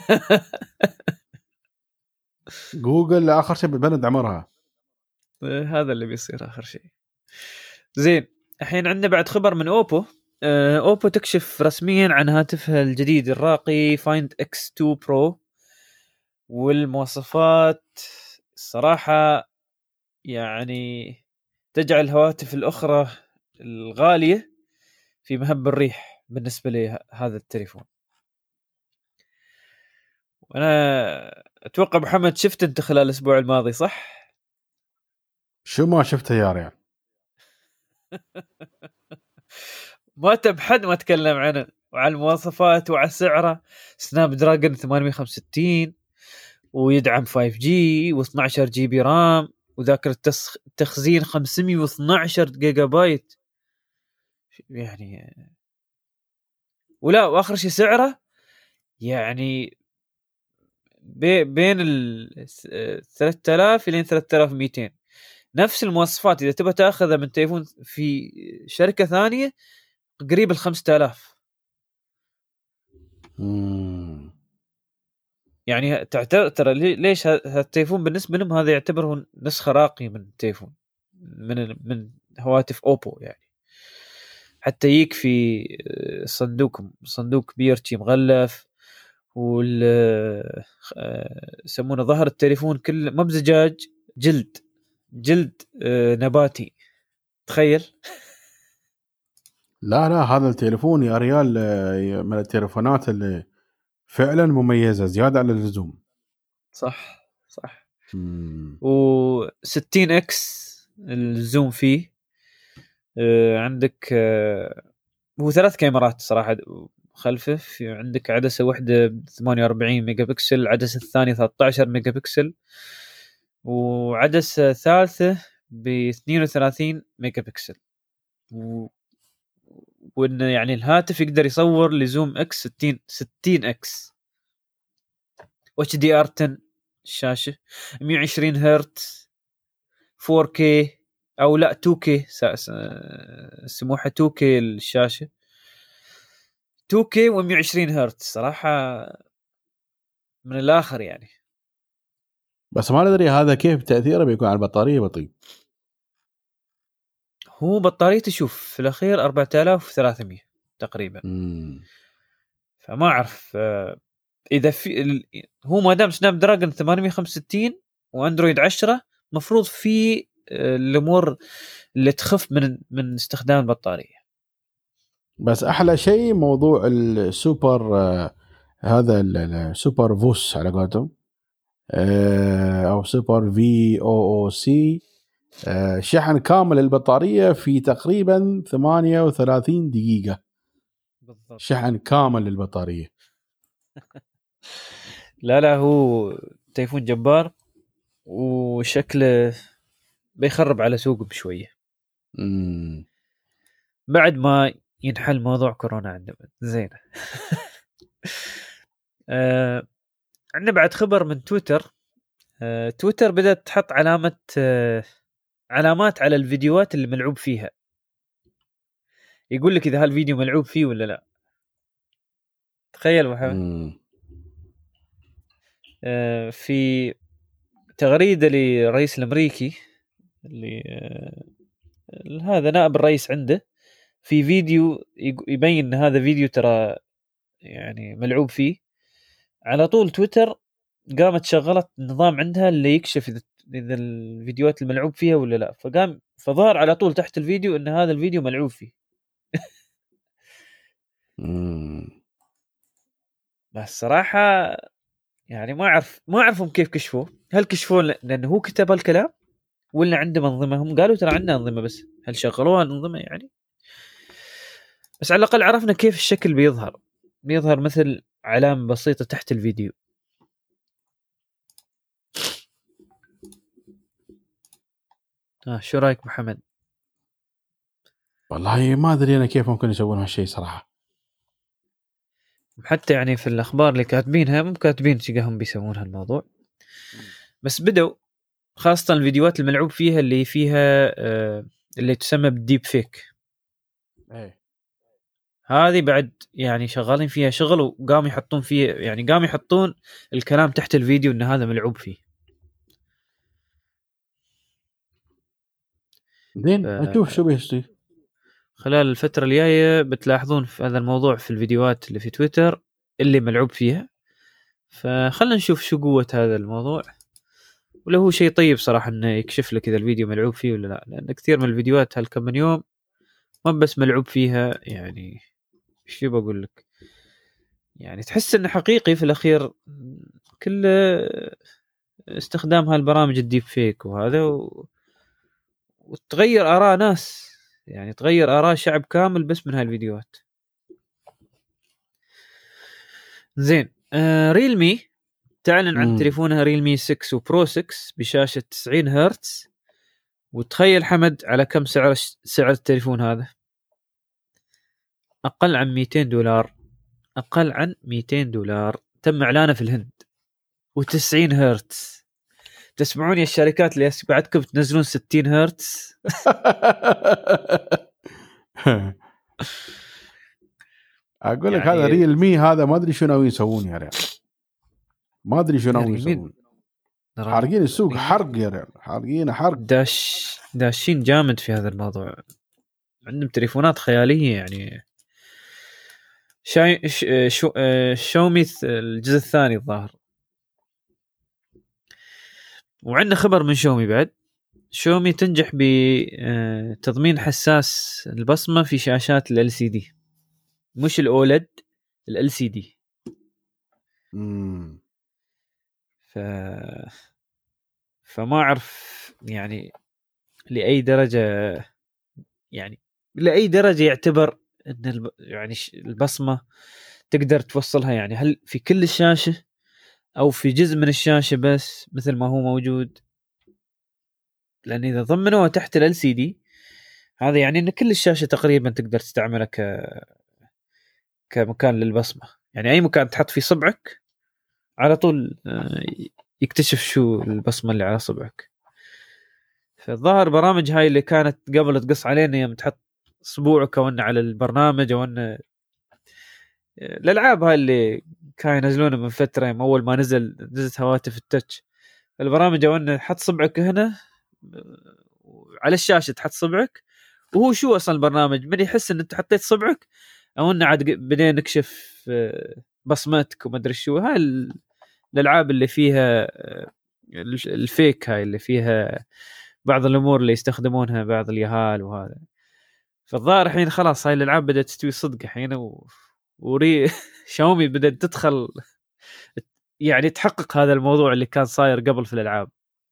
Speaker 2: جوجل آخر شيء بتبند عمرها.
Speaker 1: هذا اللي بيصير آخر شيء. زين، الحين عندنا بعد خبر من أوبو. أوبو تكشف رسميا عن هاتفها الجديد الراقي فايند اكس 2 برو، والمواصفات الصراحة يعني تجعل الهواتف الأخرى الغالية في مهب الريح بالنسبة لهذا التليفون. وأنا أتوقع محمد شفت أنت خلال الأسبوع الماضي صح؟
Speaker 2: شو ما شفته يا ريال؟
Speaker 1: ما تبحد ما تكلم عنه وعلى المواصفات وعلى سعره. سناب دراجون 865 ويدعم 5G و12 جي بي رام وذاكرة تخزين 512 جيجا بايت يعني. ولا واخر شيء سعره يعني بين ال 3000 الى 3200. نفس المواصفات اذا تبغى تاخذها من تليفون في شركة ثانية قريب ال 5000. يعني تعتبر ترى ليش هالتليفون بالنسبه لهم هذا يعتبره نسخه راقيه من التليفون من هواتف اوبو يعني. حتى يجيك في صندوق بيرتي مغلف، وال يسمونه ظهر التليفون كله ما بزجاج، جلد نباتي، تخيل.
Speaker 2: لا هذا التليفون يا ريال من التليفونات اللي فعلا مميزة زيادة على اللزوم.
Speaker 1: صح و60 اكس الزوم فيه. عندك هو 3 كاميرات صراحة خلفه. في عندك عدسة واحدة ب 48 ميجا بكسل، العدسة الثانية 13 ميجا بكسل، وعدسة ثالثة ب 32 ميجا بكسل. وإن يعني الهاتف يقدر يصور لزوم اكس 60 اكس، اتش دي ار 10 الشاشة، 120 هرتز، 4K او لا 2K سموحة 2K الشاشة، 2K و120 هرتز. صراحة من الآخر يعني.
Speaker 2: بس ما ندري هذا كيف تأثيره بيكون على البطارية بطيء.
Speaker 1: هو بطاريته شوف في الأخير 4300 تقريبا. فما أعرف إذا في هو ما دام سناب دراجون 865 وأندرويد 10 مفروض في الأمور اللي تخف من استخدام البطارية.
Speaker 2: بس أحلى شيء موضوع السوبر هذا السوبر فوس على قولتهم أو سوبر VOOC شحن كامل البطارية في تقريبا 38 دقيقة بالضبط. شحن كامل للبطارية.
Speaker 1: لا هو تليفون جبار وشكله بيخرب على سوقه بشوية بعد ما ينحل موضوع كورونا عندنا. زين. عندنا بعد خبر من تويتر. تويتر بدأت تحط علامات على الفيديوهات اللي ملعوب فيها. يقول لك اذا هالفيديو ملعوب فيه ولا لا. تخيل محمد. في تغريده للرئيس الامريكي اللي هذا نائب الرئيس عنده، في فيديو يبين ان هذا فيديو ترى يعني ملعوب فيه. على طول تويتر قامت شغلت نظام عندها اللي يكشف اذا الفيديوهات الملعوب فيها ولا لا، فظهر على طول تحت الفيديو ان هذا الفيديو ملعوب فيه. بس صراحة يعني ما اعرفهم كيف كشفوه. هل كشفوه لانه هو كتب الكلام، ولا عنده منظمة؟ هم قالوا ترى عندنا أنظمة، بس هل شغلوها الأنظمة يعني؟ بس على الأقل عرفنا كيف الشكل بيظهر مثل علامة بسيطة تحت الفيديو. شو رايك محمد؟
Speaker 2: والله ما ادري انا كيف ممكن يسوون هالشيء صراحه.
Speaker 1: حتى يعني في الاخبار اللي كاتبينها مو كاتبين تلقاهم بيسوون هالموضوع، بس بدوا خاصه الفيديوهات الملعوب فيها اللي فيها اللي تسمى بالديب فيك. هذه بعد يعني شغالين فيها شغل، وقاموا يحطون فيه يعني قاموا يحطون الكلام تحت الفيديو ان هذا ملعوب فيه.
Speaker 2: زين اشوف شو بيصير
Speaker 1: خلال الفترة الجاية بتلاحظون في هذا الموضوع في الفيديوهات اللي في تويتر اللي ملعوب فيها. فخلنا نشوف شو قوة هذا الموضوع، ولو هو شيء طيب صراحة انه يكشف لك اذا الفيديو ملعوب فيه ولا لا، لان كثير من الفيديوهات هالكم من يوم ما بس ملعوب فيها يعني شو بقول لك، يعني تحس انه حقيقي في الاخير كله استخدام هالبرامج الديب فيك وهذا وتغير آراء ناس، يعني تغير آراء شعب كامل بس من هالفيديوهات. زين ريلمي تعلن عن تليفونها ريلمي 6 وبرو 6 بشاشة 90 هرتز. وتخيل حمد على كم سعر التليفون هذا؟ أقل عن $200. أقل عن $200. تم إعلانه في الهند، و90 هرتز. تسمعون يا الشركات اللي بعدكم تنزلون 60 هرتز؟
Speaker 2: اقول لك يعني هذا ريلمي هذا ما ادري شو ناويين يسوون يا ريال، ما ادري شو ناويين يسوون. حارقين السوق حرق يا ريال، حارقين حرق.
Speaker 1: داشين جامد في هذا الموضوع، عندهم تليفونات خيالية يعني. شاومي الجزء الثاني الظاهر. وعندنا خبر من شاومي بعد. شاومي تنجح بتضمين حساس البصمة في شاشات ال LCD، مش الأولد، ال LCD. فما أعرف يعني لأي درجة، يعني لأي درجة يعتبر أن يعني البصمة تقدر توصلها، يعني هل في كل الشاشة أو في جزء من الشاشة بس مثل ما هو موجود؟ لأن إذا ضمنوها تحت ال LCD هذا يعني أن كل الشاشة تقريبا تقدر تستعملها كمكان للبصمة، يعني أي مكان تحط فيه صبعك على طول يكتشف شو البصمة اللي على صبعك. فالظاهر برامج هاي اللي كانت قبل تقص علينا يوم تحط صبوعك او على البرنامج او الالعاب هاي اللي كانوا ينزلونها من فتره، اول ما نزلت هواتف التاتش، البرامج او حط صبعك هنا على الشاشه، تحط صبعك وهو شو اصلا البرنامج من يحس ان انت حطيت صبعك او ان عاد بدينا نكشف بصمتك وما ادري شو. هاي الالعاب اللي فيها الفيك، هاي اللي فيها بعض الامور اللي يستخدمونها بعض اليهال وهذا. فالظاهر الحين خلاص هاي الالعاب بدات تستوي صدق الحين شاومي بدات تدخل يعني تحقق هذا الموضوع اللي كان صاير قبل في الالعاب.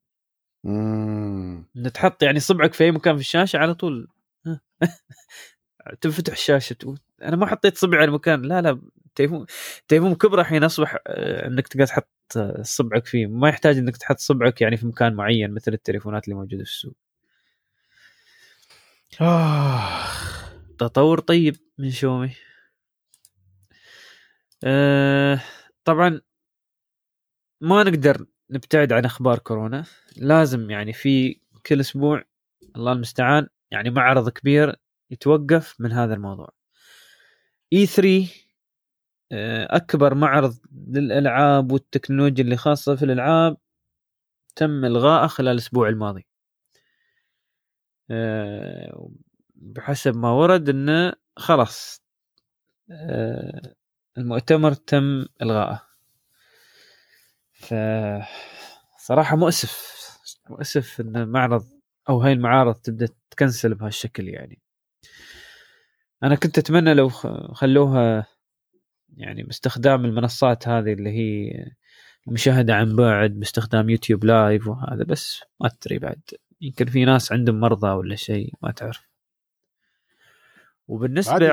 Speaker 1: ان تحط يعني صبعك في اي مكان في الشاشه على طول تنفتح الشاشه انا ما حطيت صبعي على المكان. لا تليفون كبره الحين اصبح انك تقدر تحط صبعك فيه، ما يحتاج انك تحط صبعك يعني في مكان معين مثل التليفونات اللي موجوده في السوق. تطور طيب من شاومي. طبعا ما نقدر نبتعد عن اخبار كورونا، لازم يعني في كل اسبوع الله المستعان يعني معرض كبير يتوقف من هذا الموضوع. E3 أكبر معرض للألعاب والتكنولوجيا اللي خاصة في الألعاب تم إلغائه خلال الأسبوع الماضي. بحسب ما ورد إنه خلاص المؤتمر تم إلغائه. فصراحة مؤسف إن معرض أو هاي المعارض تبدأ تكنسل بهالشكل. يعني أنا كنت أتمنى لو خلوها يعني باستخدام المنصات هذه اللي هي المشاهدة عن بعد باستخدام يوتيوب لايف وهذا، بس ما تدري بعد يمكن في ناس عندهم مرضى ولا شيء ما تعرف. وبالنسبة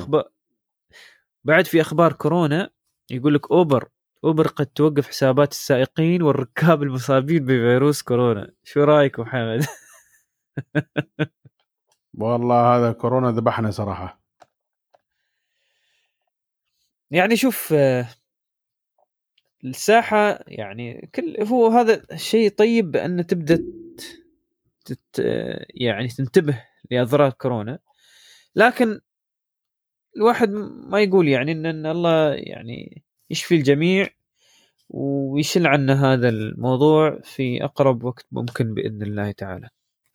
Speaker 1: بعد في أخبار كورونا يقول لك أوبر قد توقف حسابات السائقين والركاب المصابين بفيروس كورونا. شو رأيك محمد؟
Speaker 2: والله هذا كورونا ذبحنا صراحة.
Speaker 1: يعني شوف الساحة يعني هو هذا الشيء طيب بأن تبدأ يعني تنتبه لأضرار كورونا، لكن الواحد ما يقول يعني إن الله يعني يشفي الجميع ويشل عنا هذا الموضوع في أقرب وقت ممكن بإذن الله تعالى.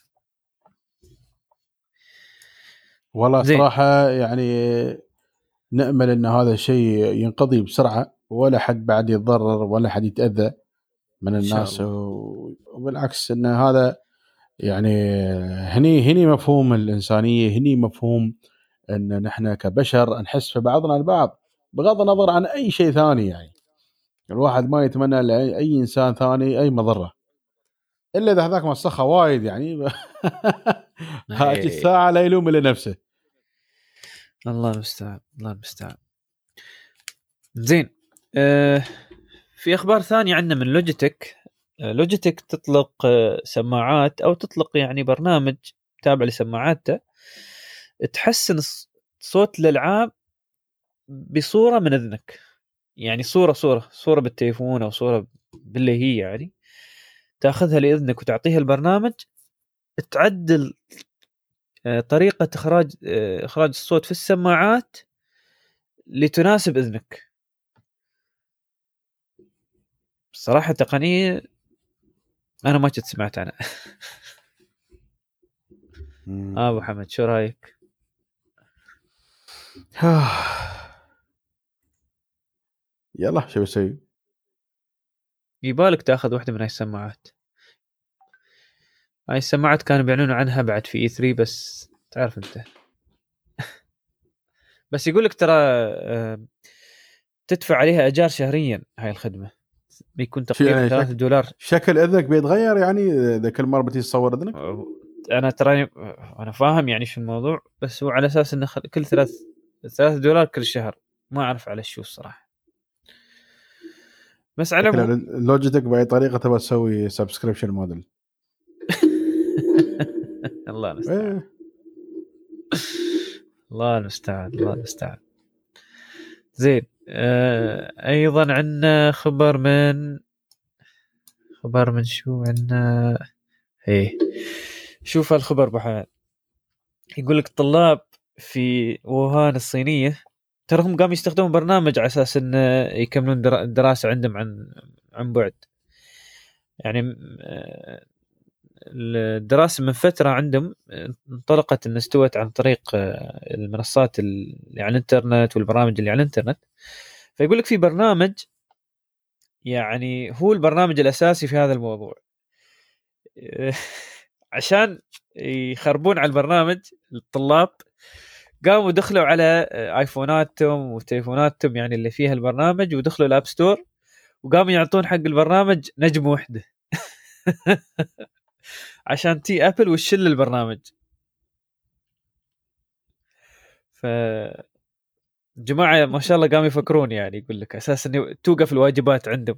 Speaker 2: والله صراحة يعني نأمل أن هذا الشيء ينقضي بسرعة ولا حد بعد يتضرر ولا حد يتأذى من الناس، وبالعكس أن هذا يعني هني مفهوم الإنسانية، هني مفهوم أن نحن كبشر نحس في بعضنا البعض بغض النظر عن أي شيء ثاني. يعني الواحد ما يتمنى لأي إنسان ثاني أي مضرة إلا إذا هذاك مسخة وايد يعني هاجي الساعة لا يلوم إلا نفسه.
Speaker 1: الله المستعان الله المستعان. زين في أخبار ثانية عندنا من لوجيتك تطلق سماعات أو تطلق يعني برنامج تابع لسماعاته تحسن صوت الألعاب بصورة من إذنك. يعني صورة بالتليفون أو صورة باللي هي يعني تأخذها لإذنك وتعطيها البرنامج تعدل طريقة إخراج الصوت في السماعات لتناسب إذنك. صراحة تقنية أنا ما كنت سمعت عنها. أبو حمد شو رأيك؟
Speaker 2: يلا شو بسوي؟
Speaker 1: يبالك تأخذ واحدة من هاي السماعات. هاي السماعات كانوا بيعلنوا عنها بعد في E3 بس تعرف أنت. بس يقولك ترى تدفع عليها أجار شهريا. هاي الخدمة بيكون تقريبا $3.
Speaker 2: شكل إذنك بيتغير يعني إذا كل مرة بتيجي تصور إذنك؟
Speaker 1: أنا فاهم يعني شو الموضوع، بس هو على أساس إنه كل $3 كل شهر. ما أعرف على شو الصراحة. بس على
Speaker 2: لوجيتك بأي طريقة تبغى تسوي سبسكريبشن موديل.
Speaker 1: الله المستعان. الله المستعان. زين أيضا عندنا خبر من شو عندنا. شوف الخبر بحال يقول لك طلاب في ووهان الصينية تراهم قاموا يستخدمون برنامج على أساس إن يكملون الدراسة عندهم عن بعد. يعني الدراسة من فترة عندهم انطلقت إن استوت عن طريق المنصات اللي على الإنترنت والبرامج اللي على الإنترنت. فيقول لك في برنامج يعني هو البرنامج الأساسي في هذا الموضوع. عشان يخربون على البرنامج الطلاب قاموا دخلوا على آيفوناتهم وتليفوناتهم يعني اللي فيها البرنامج ودخلوا الأب ستور وقاموا يعطون حق البرنامج نجم واحدة عشان تي أبل وتشل البرنامج. جماعة ما شاء الله قاموا يفكرون يعني يقول لك أساسا توقف الواجبات عندهم.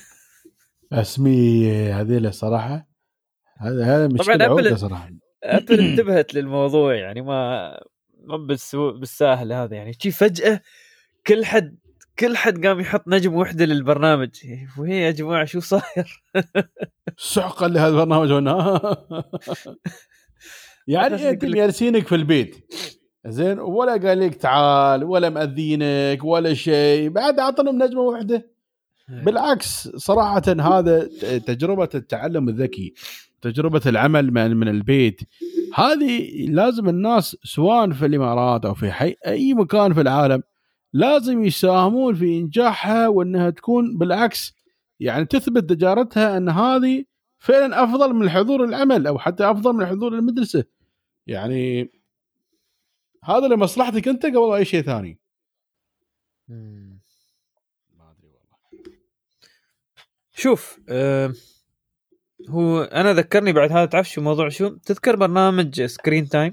Speaker 2: اسمي هذه الصراحة هذا مشكلة عودة صراحة.
Speaker 1: أبل انتبهت للموضوع يعني ما بالساهل هذا يعني شي فجأة كل حد قام يحط نجم وحدة للبرنامج. وهي يا جماعة شو صاير؟
Speaker 2: سحقا لهذا البرنامج هنا. يعني يتم يرسينك في البيت زين، ولا قال لك تعال ولا مأذينك ولا شيء، بعد أعطنهم نجمة واحدة. بالعكس صراحة هذا تجربة التعلم الذكي، تجربة العمل من البيت، هذه لازم الناس سواء في الإمارات أو في أي مكان في العالم لازم يساهمون في إنجاحها، وأنها تكون بالعكس يعني تثبت تجارتها أن هذه فعلا أفضل من حضور العمل أو حتى أفضل من حضور المدرسة. يعني هذا لمصلحتك أنت قبل أي شيء ثاني.
Speaker 1: ما أدري والله. شوف هو أنا ذكرني بعد هذا، تعرف شو موضوع، شو تذكر برنامج سكرين تايم؟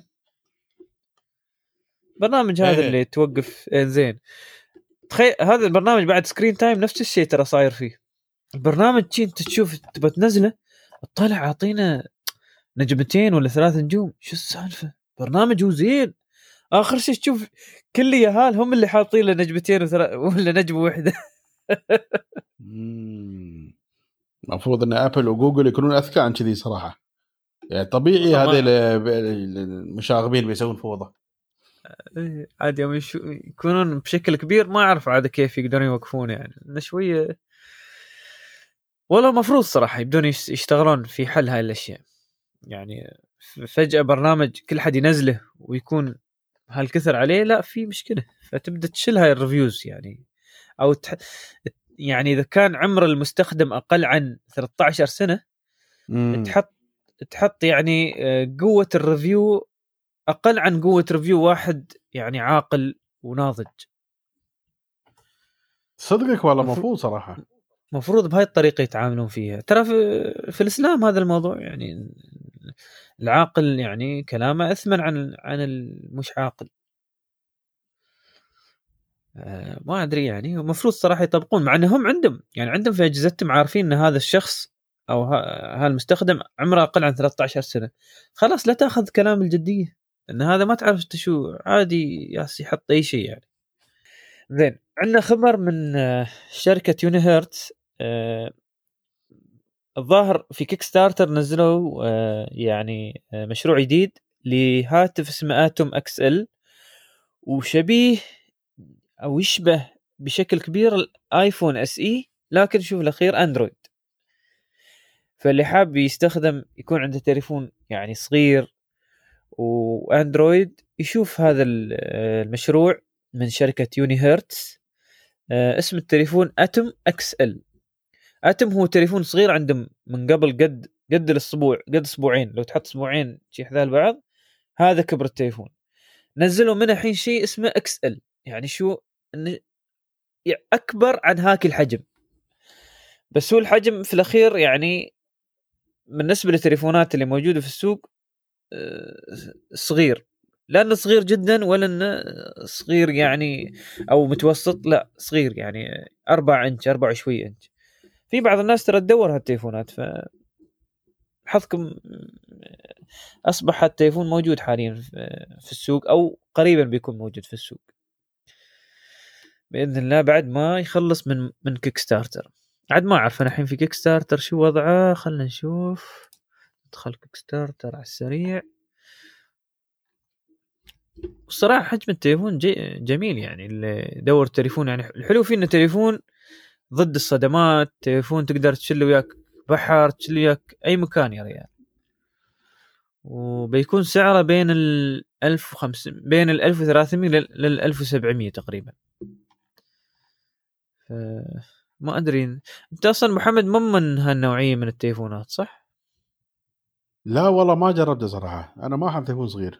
Speaker 1: برنامج هذا اللي توقف زين. تخيل هذا البرنامج بعد سكرين تايم نفس الشيء ترى صاير فيه. البرنامج شي انت تشوف تبى تنزله تطلع عاطينا 2 ولا 3 نجوم، شو السالفه؟ برنامج هو زين، اخر شيء تشوف كل يهال هم اللي حاطين له 2 ولا نجمه واحده.
Speaker 2: المفروض ان ابل وجوجل يكونون اذكى عن كذي صراحه، يعني طبيعي هذول المشاغبين بيسوون فوضى.
Speaker 1: عاد يوم يكونون بشكل كبير ما اعرف عاد كيف يقدرون يوقفون، يعني انه شويه والله المفروض صراحه يبدون يشتغلون في حل هاي الاشياء. يعني فجاه برنامج كل حد ينزله ويكون هالكثر عليه، لا في مشكله، فتبدا تشيل هاي الريفيوز يعني، او يعني اذا كان عمر المستخدم اقل عن 13 سنه تحط يعني قوه الريفيو اقل عن قوه ريفيو واحد يعني عاقل وناضج.
Speaker 2: صدقك والله مفروض صراحه،
Speaker 1: مفروض بهاي الطريقه يتعاملون فيها. ترى في الاسلام هذا الموضوع يعني العاقل يعني كلامه اثمن عن المش عاقل. ما ادري يعني المفروض صراحه يطبقون، مع انهم عندهم في اجهزتهم عارفين ان هذا الشخص او هالمستخدم عمره اقل عن 13 سنه، خلاص لا تاخذ كلام الجديه، ان هذا ما تعرف انت شو عادي يحط اي شيء يعني. زين، عندنا خبر من شركه يونيهيرتز. الظاهر في كيك ستارتر نزلوا يعني مشروع جديد لهاتف اسمه اتوم اكس ال، وشبيه او يشبه بشكل كبير الايفون اس اي، لكن شوف الاخير اندرويد. فاللي حاب يستخدم يكون عنده تليفون يعني صغير واندرويد يشوف هذا المشروع من شركة يونيهيرتز. اسم التليفون اتوم اكس ال. اتوم هو تليفون صغير عندهم من قبل قد الاسبوع، قد اسبوعين، لو تحط اسبوعين شي حذاء بعض هذا كبر التليفون. نزلوا منه الحين شيء اسمه اكس ال، يعني شو اكبر عن هاك الحجم، بس هو الحجم في الاخير يعني بالنسبه للتليفونات اللي موجوده في السوق صغير، لانه صغير جدا ولا انه صغير يعني او متوسط، لا صغير يعني 4 انش 4 شوي انش. في بعض الناس ترى تدور هالتليفونات، ف حظكم اصبح التليفون موجود حاليا في السوق او قريبا بيكون موجود في السوق باذن الله بعد ما يخلص من كيك ستارتر. عاد ما اعرف انا الحين في كيك ستارتر شو وضعه، خلنا نشوف. ندخل كيك ستارتر على السريع. الصراحه حجم التليفون جميل، يعني اللي يدور تليفون يعني الحلو فيه انه تليفون ضد الصدمات، تليفون تقدر تشيله وياك بحر، تشيله وياك اي مكان يا ريال، وبيكون سعره بين 1500 بين 1300 لل 1700 تقريبا. ما ادري انت اصلا محمد من هالنوعيه من التليفونات صح؟
Speaker 2: لا والله ما جربته صراحه، انا ما احب تليفون صغير.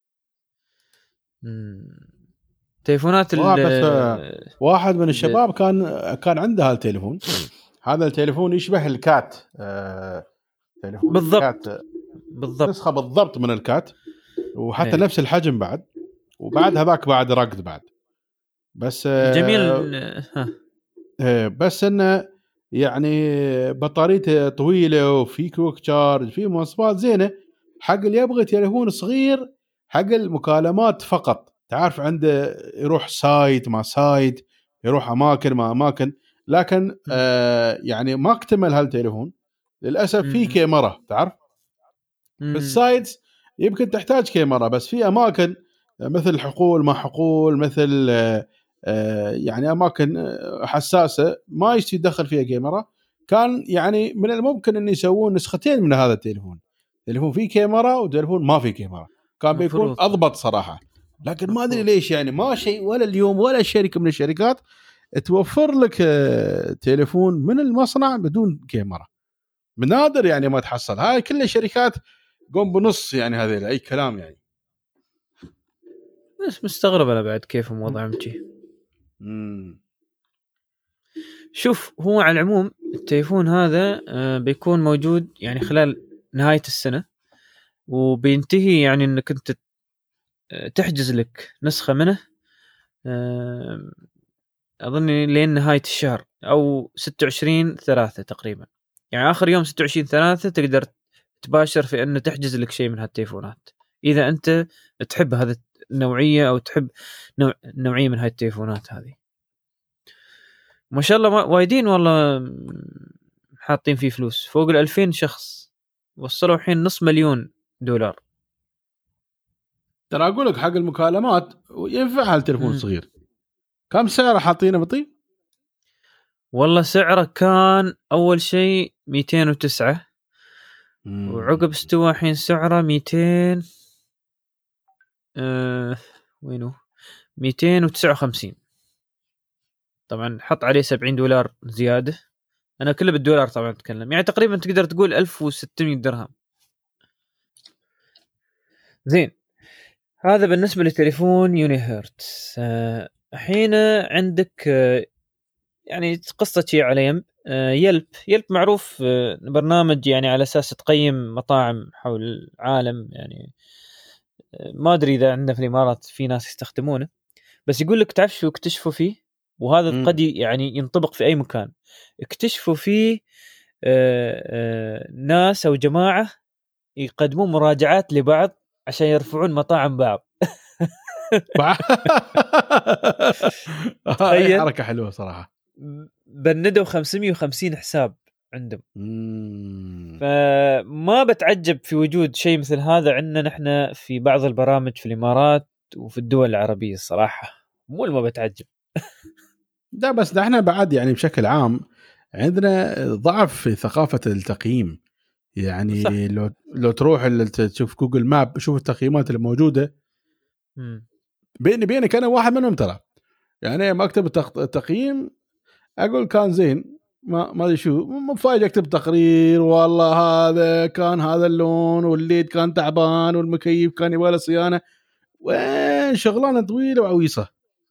Speaker 1: تليفونات
Speaker 2: واحد من الشباب كان عنده هالتليفون. هذا التليفون يشبه الكات، تليفون
Speaker 1: بالضبط
Speaker 2: الكات
Speaker 1: بالضبط،
Speaker 2: نسخه بالضبط من الكات، وحتى نفس الحجم بعد، وبعد هذاك بعد رقد بعد، بس
Speaker 1: جميل.
Speaker 2: بس انه يعني بطاريته طويله وفي كويك تشارج، في مواصفات زينه حق اللي يبغى تليفون صغير حق المكالمات فقط. تعرف عنده يروح سايت ما سايت، يروح اماكن ما اماكن، لكن يعني ما اكتمل هالتليفون للاسف. في كاميرا تعرف في السايتس يمكن تحتاج كاميرا، بس في اماكن مثل حقول ما حقول، مثل يعني اماكن حساسه ما يدخل فيها كاميرا. كان يعني من الممكن ان يسوون نسختين من هذا التليفون، تليفون فيه كاميرا وتليفون ما فيه كاميرا، كان بيكون
Speaker 1: مفروض
Speaker 2: اضبط صراحه. لكن ما ادري
Speaker 1: مفروض.
Speaker 2: ليش يعني ما شيء، ولا اليوم ولا شركه من الشركات توفر لك تليفون من المصنع بدون كاميرا. من نادر يعني ما تحصل، هاي كل الشركات قوم بنص يعني، هذا اي كلام يعني.
Speaker 1: بس مستغرب انا بعد كيفهم وضعهم شي. شوف، هو على العموم التليفون هذا بيكون موجود يعني خلال نهاية السنة، وبينتهي يعني انك انت تحجز لك نسخة منه اظن لين نهاية الشهر او 26/3 تقريبا. يعني اخر يوم 26/3 تقدر تباشر في انه تحجز لك شيء من هالتليفونات، اذا انت تحب هذا النوعية او تحب نوعية من هاي التليفونات هذه. ما شاء الله وايدين والله حاطين فيه فلوس، فوق 2000 شخص وصلوا الحين $500,000.
Speaker 2: ترى اقول لك حق المكالمات ينفع هالتليفون صغير. كم سعره حاطينه بطيء؟
Speaker 1: والله سعره كان اول شيء 209 وعقب استوى الحين سعره 200 وينه 259. طبعا حط عليه $70 زيادة، انا كله بالدولار طبعا اتكلم، يعني تقريبا تقدر تقول 1600 درهم. زين، هذا بالنسبة لتليفون يوني هيرتز. الحين عندك يعني قصة شيء على يلب معروف برنامج يعني على أساس تقيم مطاعم حول العالم. يعني ما أدري إذا عندنا في الإمارات في ناس يستخدمونه، بس يقول لك تعرف شو اكتشفوا فيه؟ وهذا قد يعني ينطبق في أي مكان. اكتشفوا فيه ناس أو جماعة يقدمون مراجعات لبعض عشان يرفعون مطاعم بعض.
Speaker 2: هاي
Speaker 1: تخيل،
Speaker 2: حركة حلوة صراحة.
Speaker 1: بندوا 550 حساب عندهم. فما بتعجب في وجود شيء مثل هذا عندنا نحن في بعض البرامج في الإمارات وفي الدول العربية الصراحة، مو ما بتعجب.
Speaker 2: ده بس ده احنا بعد يعني بشكل عام عندنا ضعف في ثقافة التقييم. يعني
Speaker 1: صح.
Speaker 2: لو تروح تشوف جوجل ماب، شوف التقييمات اللي موجودة. بيني بينك انا واحد منهم ترى، يعني ما اكتب التقييم اقول كان زين، ما ادري شو، مو فايد اكتب تقرير والله هذا كان هذا اللون والليد كان تعبان والمكيف كان يبغى صيانه، وين شغلانه طويله وعويصه.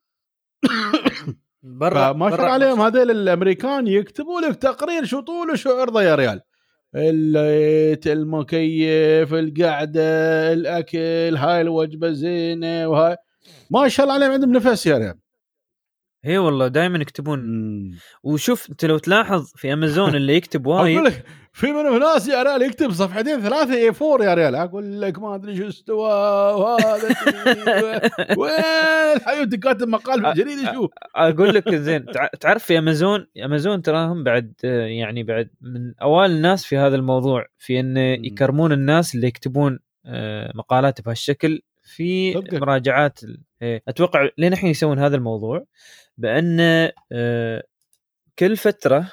Speaker 2: فما شاء الله عليهم هذول الامريكان يكتبوا لك تقرير شو طوله شو عرضه يا ريال، الليت المكيف القعده الاكل هاي الوجبه زينه وهاي، ما شاء الله عليهم عندهم نفس يا ريال.
Speaker 1: هي والله دائما يكتبون. وشوف انت لو تلاحظ في امازون اللي يكتب وايد،
Speaker 2: اقول لك في منهم ناس يا ريال يكتب صفحتين ثلاثه A4 يا ريال، اقول لك ما ادري شو استوى وهذا وين حيوتي كاتب مقال في الجريده شو.
Speaker 1: اقول لك زين، تعرف في امازون تراهم بعد يعني بعد من اوائل الناس في هذا الموضوع، في ان يكرمون الناس اللي يكتبون مقالات بهالشكل في مراجعات. اتوقع لين الحين يسوون هذا الموضوع، بان كل فتره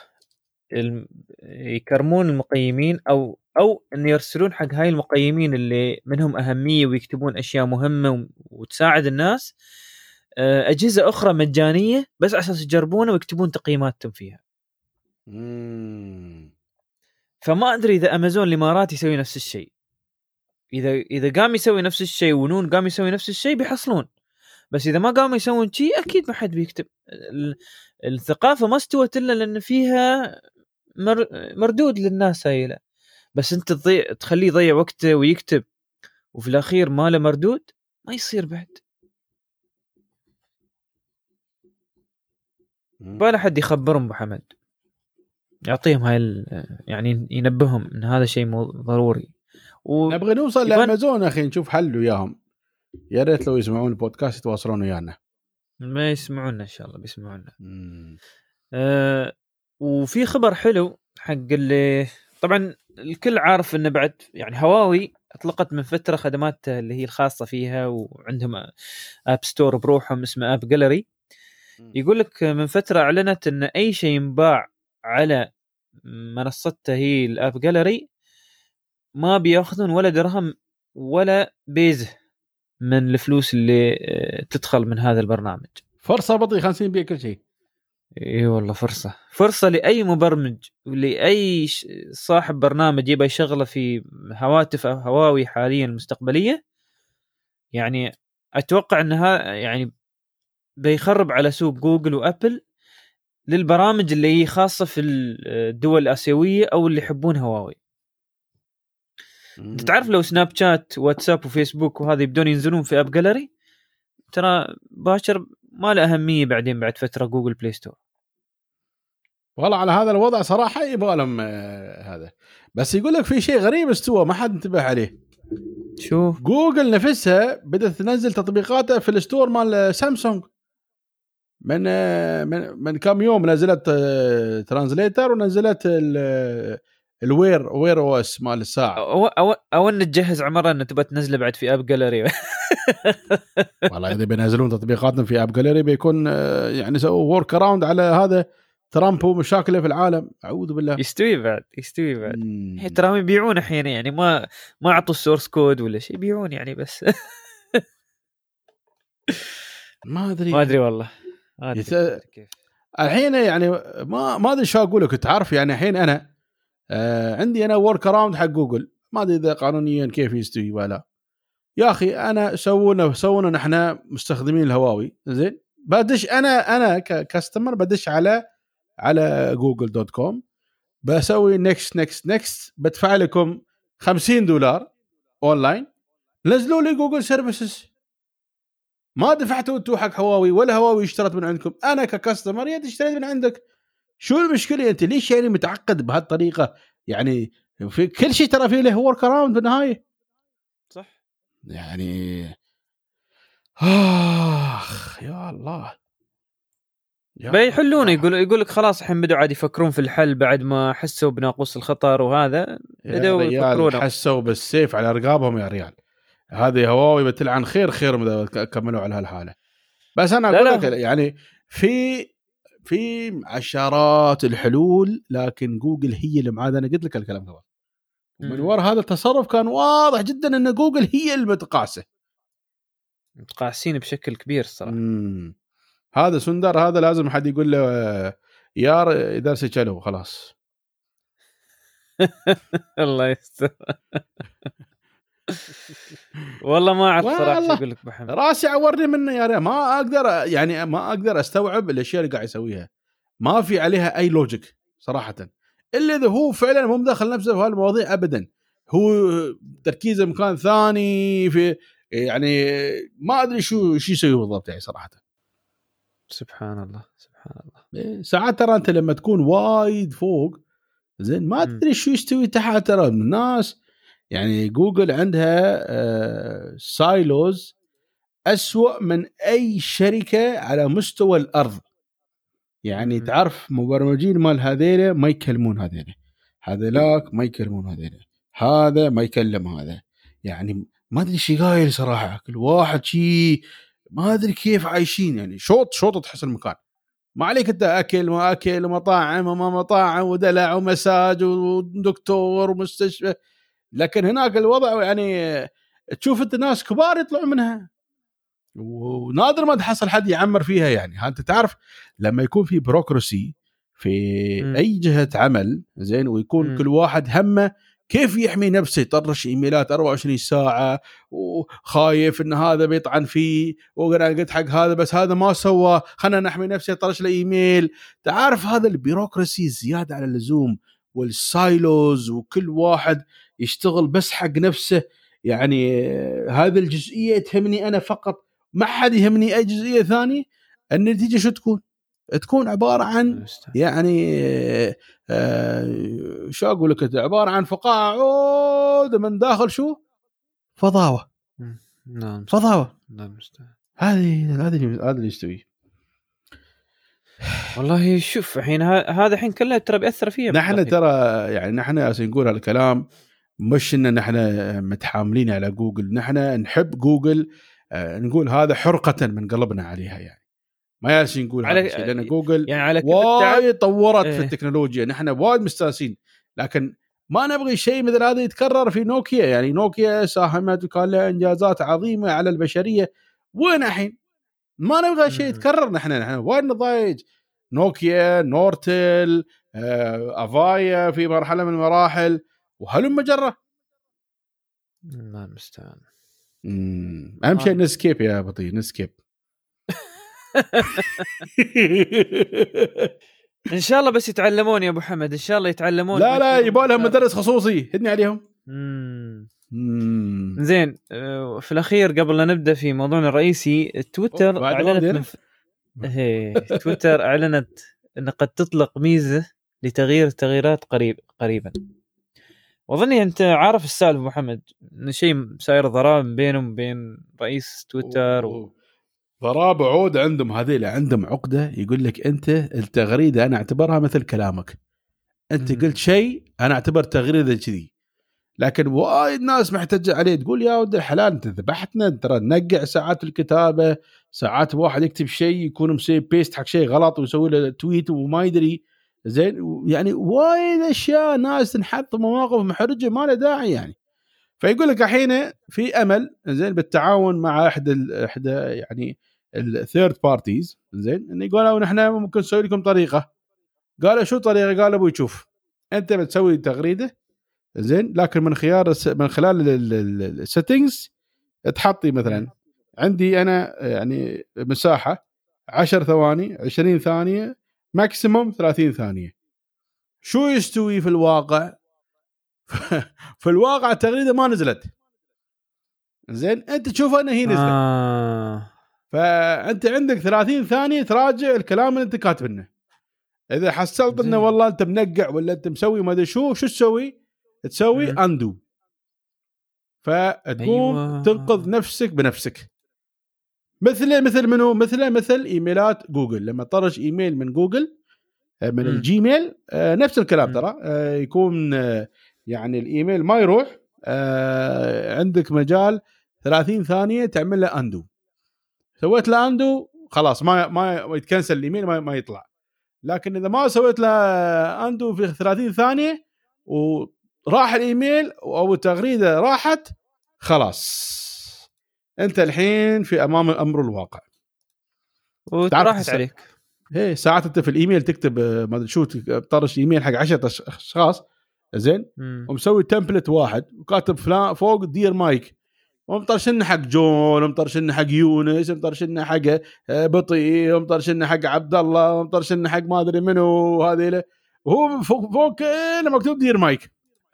Speaker 1: يكرمون المقيمين او ان يرسلون حق هاي المقيمين اللي منهم اهميه ويكتبون اشياء مهمه وتساعد الناس اجهزه اخرى مجانيه بس على اساس يجربونه ويكتبون تقييماتهم فيها. فما ادري اذا امازون الامارات يسوي نفس الشيء. اذا قام يسوي نفس الشيء ونون قام يسوي نفس الشيء بيحصلون، بس اذا ما قاموا يسوون شيء اكيد ما حد بيكتب. الثقافه ما استوت الا لان فيها مردود للناس هاي. لا بس انت تخليه يضيع وقته ويكتب وفي الاخير ما له مردود، ما يصير بعد. ولا حد يخبرهم ابو حمد، يعطيهم هاي يعني ينبههم ان هذا شيء ضروري.
Speaker 2: نبغى نوصل لامازون اخي نشوف حل وياهم، يا ريت لو يسمعون البودكاست يتواصلون ويانا.
Speaker 1: ما يسمعونا ان شاء الله بيسمعونا. وفي خبر حلو حق اللي طبعا الكل عارف انه بعد يعني هواوي أطلقت من فترة خدمات اللي هي الخاصة فيها، وعندهم اب ستور بروحهم اسمه اب جاليري. يقول لك من فترة اعلنت ان اي شيء ينباع على منصتها هي الاب جاليري ما بياخذون ولا درهم ولا بيزه من الفلوس اللي تدخل من هذا البرنامج.
Speaker 2: فرصة بطيء 50 بيع كل شيء.
Speaker 1: اي والله فرصة لأي مبرمج ولأي صاحب برنامج يبغى يشغله في هواتف أو هواوي حاليا المستقبلية. يعني أتوقع أنها يعني بيخرب على سوق جوجل وأبل للبرامج اللي هي خاصة في الدول الآسيوية أو اللي يحبون هواوي. أنت تعرف لو سناب شات واتساب وفيسبوك وهذا يبدون ينزلون في أب جاليري، ترى باشر ما له أهمية بعدين بعد فترة جوجل بلاي ستور.
Speaker 2: والله على هذا الوضع صراحة يبغى لهم هذا. بس يقول لك في شيء غريب استوى ما حد انتبه عليه.
Speaker 1: شوف
Speaker 2: جوجل نفسها بدأت تنزل تطبيقاتها في الستور مال سامسونج من كم يوم. نزلت ترانزليتر ونزلت الوير او اس مال الساعة.
Speaker 1: أو أن تجهز عمرة أن تبى تنزله بعد في أب جاليري.
Speaker 2: والله إذا بينزلون تطبيقاتهم في أب جاليري بيكون يعني سووا ورك أراوند على هذا ترامب ومشاكله في العالم. أعوذ بالله.
Speaker 1: يستوي بعد تراهم يبيعون أحيانا، يعني ما عطوا السورس كود ولا شيء، يبيعون يعني بس.
Speaker 2: ما أدري
Speaker 1: والله
Speaker 2: كيف الحين يعني ما أدري شو أقول لك. تعرف يعني الحين أنا عندي أنا ورك أراوند حق جوجل، ما أدري إذا قانونيا كيف يستوي ولا. يا أخي أنا سوونا نحن مستخدمين الهواوي زين، بدش أنا ككاستمر بدش على google.com بسوي next بدفع لكم $50 أونلاين، نزلوا لي جوجل سيرفيسز. ما دفعتوا انتوا حق هواوي ولا هواوي اشترت من عندكم. انا ككاستمر يا اشتريت من عندك. شو المشكله؟ انت ليش يعني متعقد بهالطريقه؟ يعني في كل شيء ترى فيه له ورك اراوند بالنهايه.
Speaker 1: صح
Speaker 2: يعني يا الله
Speaker 1: بيحلونه. يقول لك خلاص الحين بدوا عاد يفكرون في الحل بعد ما حسوا بناقوس الخطر، وهذا بدوا يفكرون
Speaker 2: حسوا بالسيف على رقابهم يا ريال. هذه هواوي بتلعن خير كملوا على هالحاله. بس انا اقول لك يعني في عشرات الحلول، لكن جوجل هي اللي معاذ. انا قلت لك الكلام هذا من وراء هذا التصرف كان واضح جدا ان جوجل هي المتقاعسه،
Speaker 1: متقاعسين بشكل كبير الصراحه.
Speaker 2: هذا سندر هذا لازم حد يقول له يار اذا سجلوا خلاص.
Speaker 1: الله يستر. والله ما اعرف صراحه اقول لك بحمد
Speaker 2: راسي عورني منه يا ريال. ما اقدر استوعب الاشياء اللي قاعد يسويها، ما في عليها اي لوجيك صراحه، الا اذا هو فعلا مو مدخل نفسه في هالمواضيع ابدا. هو تركيزه مكان ثاني في يعني ما ادري شو يسوي بالضبط يعني صراحه.
Speaker 1: سبحان الله.
Speaker 2: ساعات ترى انت لما تكون وايد فوق زين ما تدري شو يستوي تحت. ترى الناس يعني جوجل عندها سايلوز أسوأ من أي شركة على مستوى الأرض. يعني تعرف مبرمجين مال هذيله ما يكلمون هذيلاك ما يكلمون هذا ما يكلم هذا. يعني ما أدري شي قايل صراحة. كل واحد شي ما أدري كيف عايشين. يعني شوط تحس المكان ما عليك أنت أكل ما أكل ومطاعم وما مطاعم ودلع ومساج ودكتور ومستشفى، لكن هناك الوضع يعني تشوف انت ناس كبار يطلعوا منها ونادر ما تحصل حد يعمر فيها. يعني انت تعرف لما يكون في بروكراسي في اي جهة عمل زين ويكون كل واحد همه كيف يحمي نفسه، يطرش ايميلات 24 ساعة وخايف ان هذا بيطعن فيه وانا قلت حق هذا بس هذا ما سوى خلنا نحمي نفسه طرش له ايميل. تعرف هذا البيروقراسي زيادة على اللزوم والسايلوز وكل واحد يشتغل بس حق نفسه. يعني هذه الجزئية تهمني أنا فقط، ما حد يهمني أي جزئية ثانية. النتيجة شو تكون عبارة عن يعني شو أقول لك، عبارة عن فقاعة عود من داخل شو فضاوة.
Speaker 1: نعم
Speaker 2: فضاوة.
Speaker 1: نعم
Speaker 2: هذا اللي يستوي.
Speaker 1: والله شوف الحين هذا الحين كله ترى بيأثر فيه.
Speaker 2: نحن ترى يعني نحن نقول هالكلام مش ان نحن متحاملين على جوجل، نحن نحب جوجل، نقول هذا حرقة من قلبنا عليها يعني، ما ياسين نقول هذا الشيء لان جوجل
Speaker 1: يعني على كيف التعب
Speaker 2: وايد طورت في التكنولوجيا، نحن وايد مستانسين، لكن ما نبغي شيء مثل هذا يتكرر في نوكيا. يعني نوكيا ساهمت وكان لها انجازات عظيمه على البشريه، وين الحين ما نبغى شيء يتكرر. نحن وايد نضايج نوكيا، نورتل، افايا في مرحله من المراحل، وهلم مجره.
Speaker 1: ما مستعان.
Speaker 2: اهم شيء نسكيب يا بطي، نسكيب.
Speaker 1: ان شاء الله بس يتعلمون يا ابو حمد، ان شاء الله يتعلمون.
Speaker 2: لا يبغى لهم مدرس خصوصي، هدني عليهم.
Speaker 1: زين. في الاخير قبل لا نبدا في موضوعنا الرئيسي، تويتر اعلنت تويتر اعلنت ان قد تطلق ميزه لتغيير التغييرات قريبا. واظني انت عارف السالفه ابو محمد، ان شيء ساير ضرائب بينهم وبين رئيس تويتر
Speaker 2: ضراب عود عندهم، هذيل عندهم عقده، يقول لك انت التغريده انا اعتبرها مثل كلامك، انت قلت شيء انا اعتبر تغريده كذي. لكن وايد ناس محتجه عليه، تقول يا ولد الحلال انت ذبحتنا، ترى نقع ساعات الكتابه، ساعات واحد يكتب شيء يكون مسوي بيست حق شيء غلط ويسوي له تويت وما يدري. زين يعني وايد اشياء ناس تنحط مواقف محرجه ما له داعي يعني. فيقول لك الحين في امل زين بالتعاون مع احدى يعني الثيرد بارتيز، زين ان يقولوا نحن ممكن نسوي لكم طريقه. قالوا شو طريقه؟ قال ابوي شوف، انت بتسوي تغريده زين، لكن من خلال السيتنجز تحطي مثلا عندي انا يعني مساحه 10 ثواني، 20 ثانيه، ماكسيموم 30 ثانيه. شو يستوي في الواقع؟ في الواقع التغريده ما نزلت، زين انت تشوفها ان هي نزلت. فانت عندك 30 ثانيه تراجع الكلام اللي انت كاتبه. اذا حصلت انه والله انت منقع ولا انت مسوي ما ادري شو تسوي اندو، فتقوم تنقذ نفسك بنفسك. مثل ايميلات جوجل، لما طرش ايميل من جوجل من الجيميل، نفس الكلام ترى، يكون يعني الايميل ما يروح، عندك مجال 30 ثانيه تعمل له اندو. سويت له اندو خلاص ما يتكنسل الايميل، ما يطلع. لكن اذا ما سويت له اندو في 30 ثانيه وراح الايميل او التغريده راحت، خلاص انت الحين في امام الامر الواقع
Speaker 1: وراحت عليك.
Speaker 2: ايه ساعات انت في الايميل تكتب ما ادري شو، طرش ايميل حق 10 اشخاص زين، ومسوي تمبلت واحد وكاتب فلان فوق دير مايك، ومطرشنا حق جون، ومطرشنا حق يونس، ومطرشنا حق بطي، ومطرشنا حق عبد الله، ومطرشنا حق ما ادري منو هذيله، وهو فوق كله مكتوب دير مايك.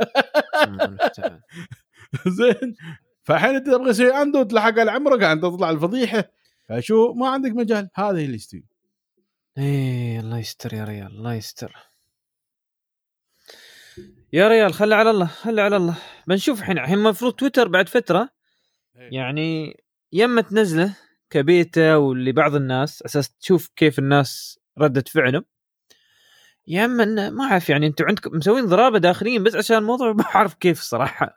Speaker 2: زين فالحين انت تبغى شيء عنده تلحق على عمرك انت تطلع الفضيحه، فشو ما عندك مجال. هذا اللي يستوي.
Speaker 1: ايه الله يستر يا ريال، الله يستر يا ريال. خلي على الله بنشوف الحين المفروض تويتر بعد فتره يعني يما تنزله كبيتا واللي بعض الناس اساس تشوف كيف الناس ردت فعلهم، يا اما ما اعرف يعني انتم عندكم مسوين ضرابه داخليا بس عشان الموضوع ما اعرف كيف الصراحه.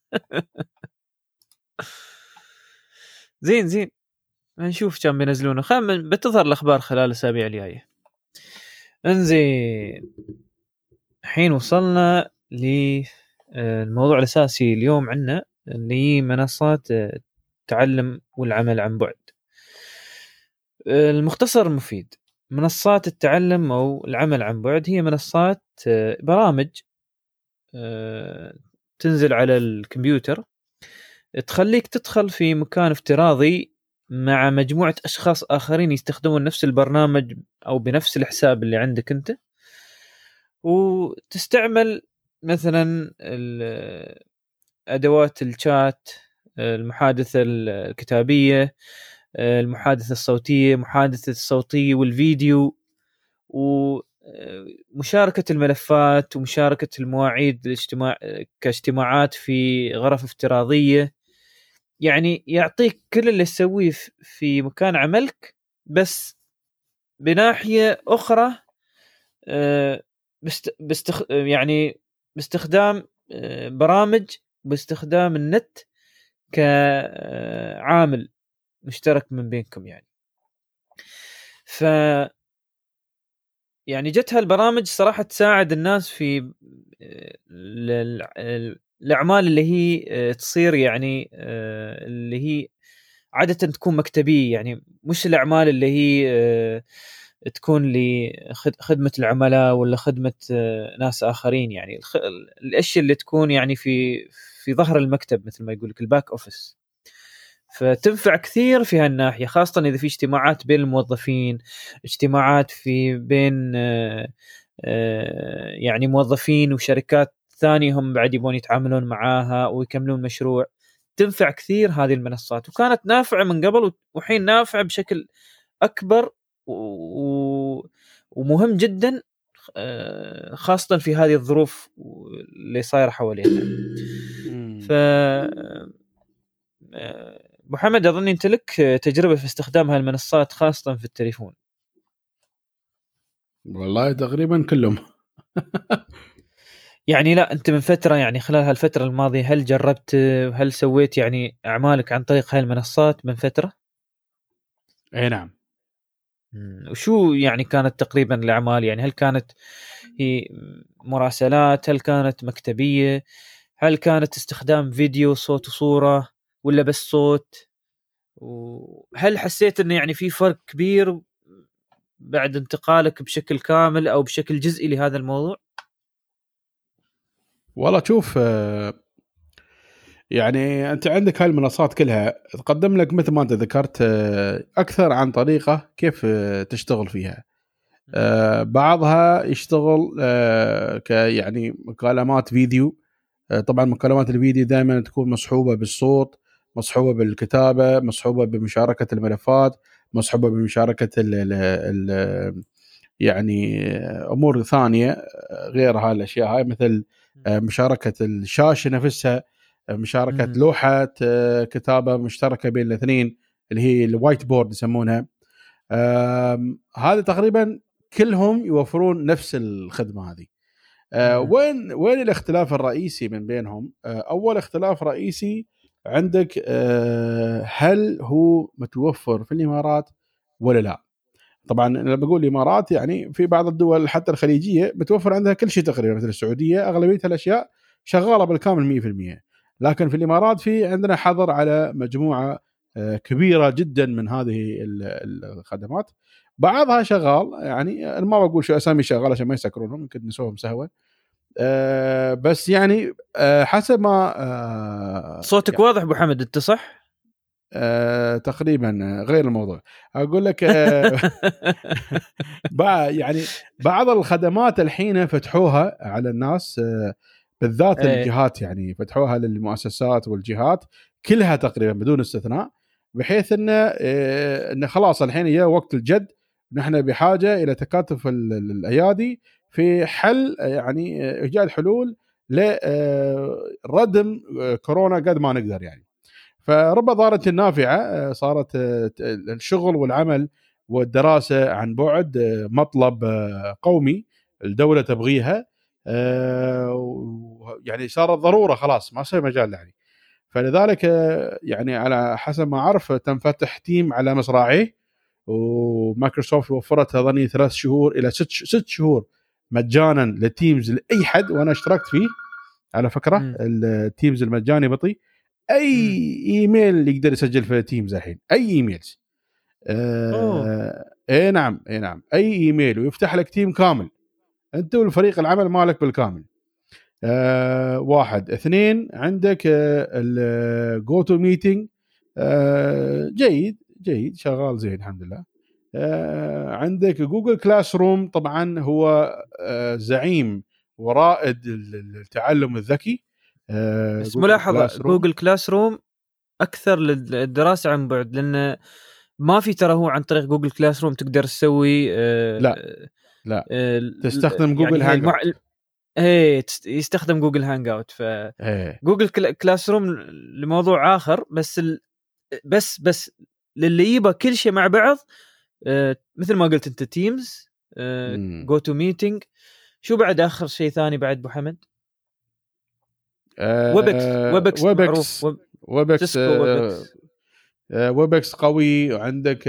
Speaker 1: زين نشوف كم بينزلونه، بتظهر الاخبار خلال الاسابيع الجايه. انزين الحين وصلنا للموضوع الاساسي اليوم عندنا اللي هي منصات التعلم والعمل عن بعد. المختصر المفيد، منصات التعلم أو العمل عن بعد هي منصات برامج تنزل على الكمبيوتر تخليك تدخل في مكان افتراضي مع مجموعة أشخاص آخرين يستخدمون نفس البرنامج أو بنفس الحساب اللي عندك أنت، وتستعمل مثلا أدوات الشات، المحادثة الكتابية، المحادثة الصوتية، محادثة الصوتية والفيديو، ومشاركة الملفات ومشاركة المواعيد الاجتماع كاجتماعات في غرف افتراضية. يعني يعطيك كل اللي تسويه في مكان عملك بس بناحية أخرى، يعني باستخدام برامج باستخدام النت كعامل مشترك من بينكم يعني. ف يعني جت هالبرامج صراحة تساعد الناس في الأعمال اللي هي تصير يعني اللي هي عادة تكون مكتبية، يعني مش الأعمال اللي هي تكون لخدمة العملاء ولا خدمة ناس آخرين، يعني الأشياء اللي تكون يعني في ظهر المكتب مثل ما يقول لك الباك أوفيس. فتنفع كثير في هالناحية، خاصة إذا في اجتماعات بين الموظفين، اجتماعات في بين يعني موظفين وشركات ثانية هم بعد يبون يتعاملون معاها ويكملون مشروع. تنفع كثير هذه المنصات، وكانت نافعة من قبل وحين نافعة بشكل أكبر ومهم جدا، خاصة في هذه الظروف اللي صايرة حوالينا. ف أبو حمد أظن أنت لك تجربة في استخدام هالمنصات خاصة في التليفون.
Speaker 2: والله تقريبا كلهم.
Speaker 1: يعني لا أنت من فترة، يعني خلال هالفترة الماضية، هل جربت، هل سويت يعني أعمالك عن طريق هاي المنصات من فترة؟
Speaker 2: أي نعم.
Speaker 1: وشو يعني كانت تقريبا الأعمال؟ يعني هل كانت هي مراسلات، هل كانت مكتبية، هل كانت استخدام فيديو صوت وصورة ولا بس صوت؟ وهل حسيت إنه يعني في فرق كبير بعد انتقالك بشكل كامل أو بشكل جزئي لهذا الموضوع؟
Speaker 2: والله شوف، يعني أنت عندك هاي المنصات كلها تقدم لك مثل ما أنت ذكرت أكثر عن طريقة كيف تشتغل فيها. بعضها يشتغل يعني مكالمات فيديو. طبعا مكالمات الفيديو دائما تكون مصحوبة بالصوت، مصحوبة بالكتابة، مصحوبة بمشاركة الملفات، مصحوبة بمشاركة ال يعني أمور ثانية غير هالأشياء هاي، مثل مشاركة الشاشة نفسها، مشاركة لوحة كتابة مشتركة بين الاثنين اللي هي الوايت بورد يسمونها. هذا تقريبا كلهم يوفرون نفس الخدمة هذه. وين الاختلاف الرئيسي من بينهم؟ أول اختلاف رئيسي عندك هل هو متوفر في الإمارات ولا لا؟ طبعا لما بقول الإمارات يعني في بعض الدول حتى الخليجية متوفر عندها كل شيء تقريبا، مثل السعودية أغلبية الأشياء شغالة بالكامل 100%. لكن في الإمارات في عندنا حظر على مجموعة كبيرة جدا من هذه الخدمات. بعضها شغال، يعني أنا ما بقول شو أسامي شغال عشان ما يسكرونهم، يمكن نسوهم سهوة. بس يعني حسب ما
Speaker 1: صوتك
Speaker 2: يعني
Speaker 1: واضح أبو حمد، أنت صح؟
Speaker 2: تقريبا غير الموضوع. أقول لك يعني بعض الخدمات الحين فتحوها على الناس، بالذات الجهات، يعني فتحوها للمؤسسات والجهات كلها تقريبا بدون استثناء، بحيث انه خلاص الحين جاء وقت الجد، نحن بحاجه الى تكاتف الايادي في حل، يعني ايجاد حلول لردم كورونا قد ما نقدر يعني. فرب ضارة نافعة، صارت الشغل والعمل والدراسة عن بعد مطلب قومي الدولة تبغيها، يعني صارت ضرورة خلاص ما صار مجال يعني. فلذلك يعني على حسب ما أعرف تم فتح تيم على مصراعيه، ومايكروسوفت وفرت أظني 3 شهور إلى 6 شهور مجانا للتيمز لأي حد، وأنا اشتركت فيه على فكرة. التيمز المجاني بطيء، اي ايميل يقدر يسجل في تيمز الحين، اي ايميل. اي نعم، اي نعم، اي ايميل ويفتح لك تيم كامل انت والفريق العمل مالك بالكامل. واحد اثنين، عندك الجو تو ميتنج جيد جيد شغال زين الحمد لله. عندك جوجل كلاس روم، طبعا هو زعيم ورائد التعلم الذكي.
Speaker 1: بس ملاحظة جوجل كلاس روم أكثر للدراسة عن بعد، لأن ما في ترى هو عن طريق جوجل كلاس روم تقدر تسوي
Speaker 2: لا تستخدم جوجل
Speaker 1: يعني
Speaker 2: هانج اوت.
Speaker 1: يستخدم جوجل هانج اوت. فجوجل كلاس روم لموضوع آخر، بس للي يبغى كل شيء مع بعض، مثل ما قلت انت تيمز، جو تو ميتنج. شو بعد آخر شيء ثاني بعد أبو حمد؟ ويبكس معروف.
Speaker 2: ويبكس ويبكس قوي. وعندك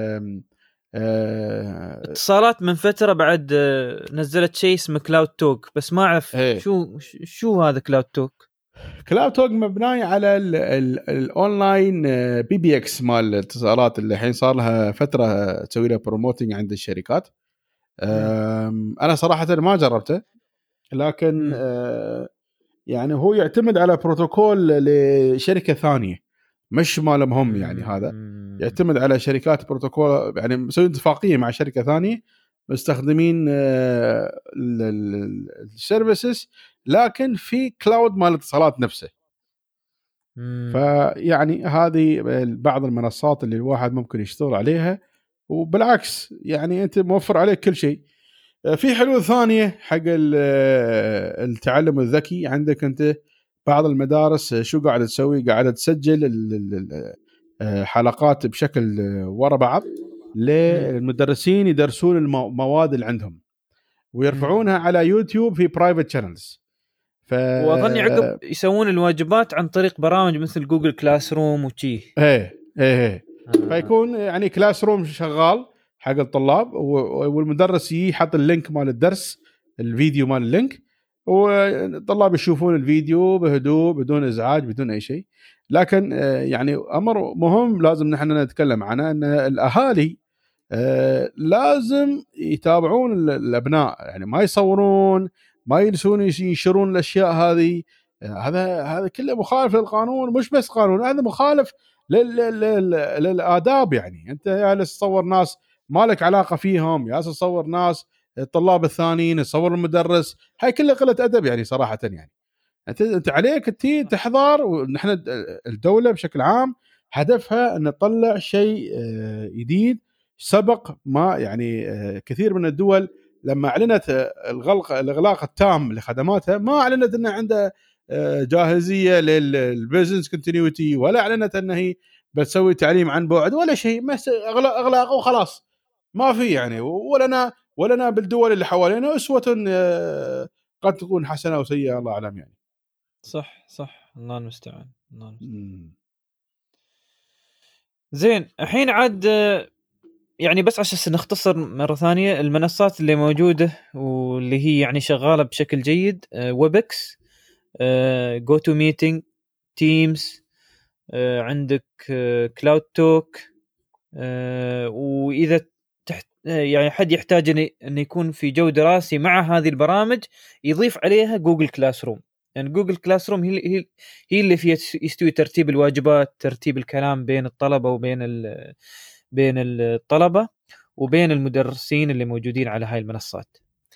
Speaker 1: اتصالات من فتره بعد نزلت شيء اسمه كلاود توك، بس ما اعرف شو هذا كلاود توك.
Speaker 2: كلاود توك مبناي على الاونلاين بي بي اكس مال الاتصالات اللي الحين صار لها فتره تسوي لها بروموتنج عند الشركات. انا صراحه ما جربته، لكن يعني هو يعتمد على بروتوكول لشركه ثانيه مش مالهم هم. يعني هذا يعتمد على شركات بروتوكول، يعني مسوي اتفاقيه مع شركه ثانيه مستخدمين السيرفيسز، لكن في كلاود مال الاتصالات نفسه. فيعني هذه بعض المنصات اللي الواحد ممكن يشتغل عليها، وبالعكس يعني انت موفر عليك كل شيء. في حلول ثانيه حق التعلم الذكي. عندك انت بعض المدارس شو قاعده تسوي؟ قاعده تسجل حلقات بشكل ورا بعض للمدرسين يدرسون المواد اللي عندهم، ويرفعونها على يوتيوب في برايفت شانلز.
Speaker 1: واظن عقب يسوون الواجبات عن طريق برامج مثل جوجل كلاس روم وشي.
Speaker 2: ايه فيكون يعني كلاس روم شغال حق الطلاب، والمدرس يحط اللينك مال الدرس، الفيديو مال اللينك، والطلاب يشوفون الفيديو بهدوء بدون ازعاج بدون اي شيء. لكن يعني امر مهم لازم نحن نتكلم عنه، ان الاهالي لازم يتابعون الابناء، يعني ما يصورون، ما يلسون ينشرون الاشياء هذه. هذا كله مخالف للقانون، مش بس قانون، هذا مخالف للآداب. يعني انت جالس تصور ناس ما لك علاقه فيهم، جالس تصور ناس الطلاب الثانيين، تصور المدرس، هاي كلها قله ادب يعني صراحه. يعني انت عليك تحضر. ونحن الدوله بشكل عام هدفها ان تطلع شيء جديد سبق ما. يعني كثير من الدول لما اعلنت الاغلاق التام لخدماتها ما اعلنت ان عندها جاهزيه للبيزنس كونتينيوتي، ولا اعلنت ان هي بتسوي تعليم عن بعد ولا شيء. بس اغلاق وخلاص، ما في يعني. ولنا بالدول اللي حوالينا اسوه قد تكون حسنه او سيئه، الله اعلم يعني.
Speaker 1: صح الله المستعان. زين الحين عاد يعني بس عشان نختصر مرة ثانية المنصات اللي موجودة واللي هي يعني شغالة بشكل جيد: ويبكس، جو تو ميتينج، تيمز، عندك كلاود توك، وإذا يعني حد يحتاج أن يكون في جو دراسي مع هذه البرامج يضيف عليها جوجل كلاس روم. يعني جوجل كلاس روم هي اللي فيها يستوي ترتيب الواجبات، ترتيب الكلام بين الطلبة بين الطلبة وبين المدرسين اللي موجودين على هاي المنصات.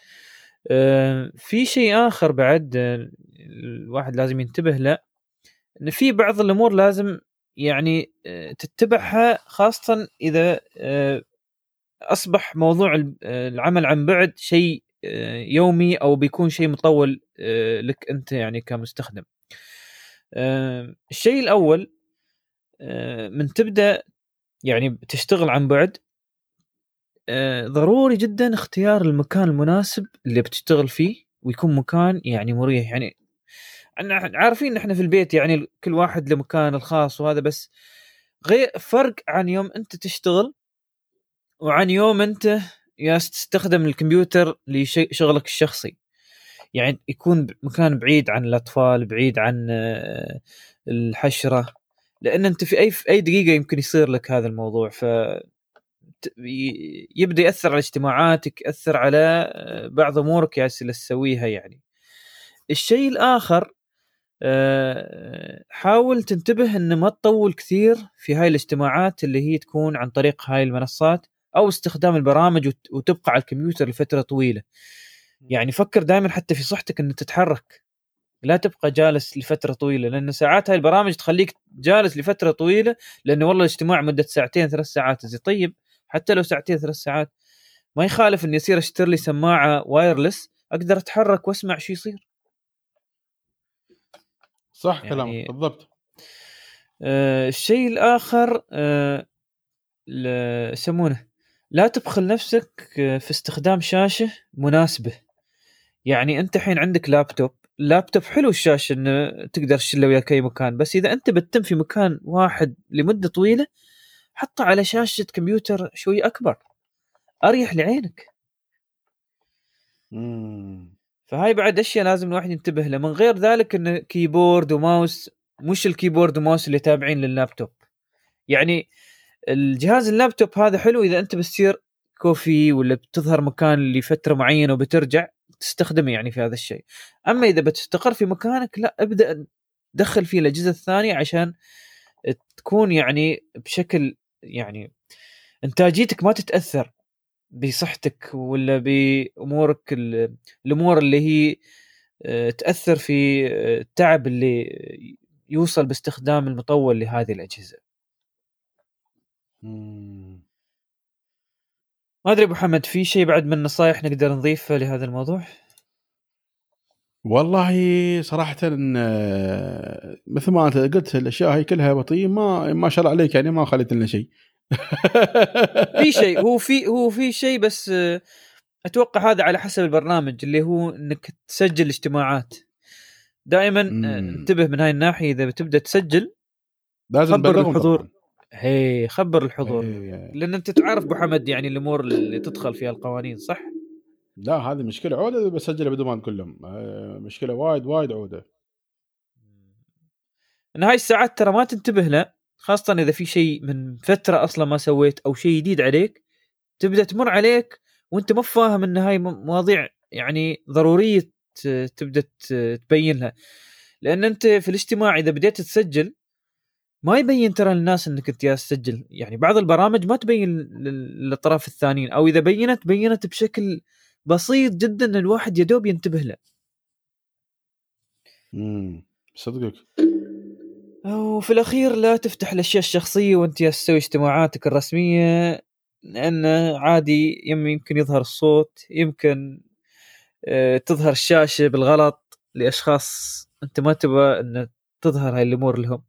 Speaker 1: في شيء آخر بعد الواحد لازم ينتبه له، إن في بعض الأمور لازم يعني تتبعها، خاصة إذا أصبح موضوع العمل عن بعد شيء يومي أو بيكون شيء مطول لك أنت يعني كمستخدم. الشيء الأول من تبدأ يعني تشتغل عن بعد، ضروري جدا اختيار المكان المناسب اللي بتشتغل فيه، ويكون مكان يعني مريح. يعني عارفين احنا في البيت يعني كل واحد له مكان الخاص وهذا، بس غير فرق عن يوم انت تشتغل وعن يوم انت تستخدم الكمبيوتر لشغلك الشخصي. يعني يكون مكان بعيد عن الأطفال، بعيد عن الحشرة، لأن أنت في أي دقيقة يمكن يصير لك هذا الموضوع، يبدأ يأثر على اجتماعاتك، يأثر على بعض أمورك اللي تسويها. يعني الشيء الآخر حاول تنتبه أن ما تطول كثير في هاي الاجتماعات اللي هي تكون عن طريق هاي المنصات أو استخدام البرامج وتبقى على الكمبيوتر لفترة طويلة. يعني فكر دائما حتى في صحتك أن تتحرك، لا تبقى جالس لفترة طويلة، لأن ساعات هاي البرامج تخليك جالس لفترة طويلة، لأنه والله الاجتماع مدة 2-3 ساعات. زي طيب حتى لو 2-3 ساعات ما يخالف أن يصير اشتري لي سماعة وايرلس أقدر أتحرك واسمع شو يصير.
Speaker 2: صح يعني كلامك بالضبط.
Speaker 1: الشيء الآخر يسمونه لا تبخل نفسك في استخدام شاشة مناسبة. يعني أنت حين عندك لابتوب لابتوب حلو الشاشه انه تقدر تشيله وياك اي مكان، بس اذا انت بتتم في مكان واحد لمده طويله حطه على شاشه كمبيوتر شوي اكبر اريح لعينك. فهاي بعد اشياء لازم الواحد ينتبه له. من غير ذلك انه كيبورد وماوس، مش الكيبورد وماوس اللي تابعين لللابتوب. يعني الجهاز اللابتوب هذا حلو اذا انت بتصير كوفي ولا بتظهر مكان لفتره معينه وبترجع تستخدمه يعني في هذا الشيء. اما اذا بتستقر في مكانك لا، ابدا دخل فيه الاجهزه الثانيه عشان تكون يعني بشكل يعني انتاجيتك ما تتاثر بصحتك ولا بامورك الامور اللي هي تاثر في التعب اللي يوصل باستخدام المطول لهذه الاجهزه. ما ادري ابو محمد في شيء بعد من النصائح نقدر نضيفه لهذا الموضوع؟
Speaker 2: والله صراحة مثل ما أنت قلت الأشياء هاي كلها بطيء، ما شاء الله عليك يعني ما خليت لنا شيء.
Speaker 1: في شيء هو في شيء بس أتوقع هذا على حسب البرنامج اللي هو إنك تسجل اجتماعات دائما. انتبه من هاي الناحية، إذا بتبدأ تسجل
Speaker 2: لازم
Speaker 1: خبر الحضور
Speaker 2: طبعاً.
Speaker 1: هي خبر الحضور لأن أنت تعرف أبو حمد يعني الأمور اللي تدخل فيها القوانين صح؟
Speaker 2: لا هذه مشكلة عودة بسجلها بدون ما نقول، مشكلة وايد عودة.
Speaker 1: إن هاي الساعات ترى ما تنتبه له، خاصة إذا في شيء من فترة أصلا ما سويت أو شيء جديد عليك تبدأ تمر عليك وأنت ما فاهم إن هاي مواضيع يعني ضرورية تبدأ تبين لها. لأن أنت في الاجتماع إذا بديت تسجل ما يبين ترى للناس انك انت جالس تسجل. يعني بعض البرامج ما تبين للطرف الثانيين، او اذا بينت بشكل بسيط جدا ان الواحد يدوب ينتبه له.
Speaker 2: صدقك.
Speaker 1: وفي الاخير لا تفتح الاشياء الشخصيه وانت جالس تسوي اجتماعاتك الرسميه، لان عادي يمكن يظهر الصوت، يمكن تظهر الشاشه بالغلط لاشخاص انت ما تبغى ان تظهر هاي الامور لهم.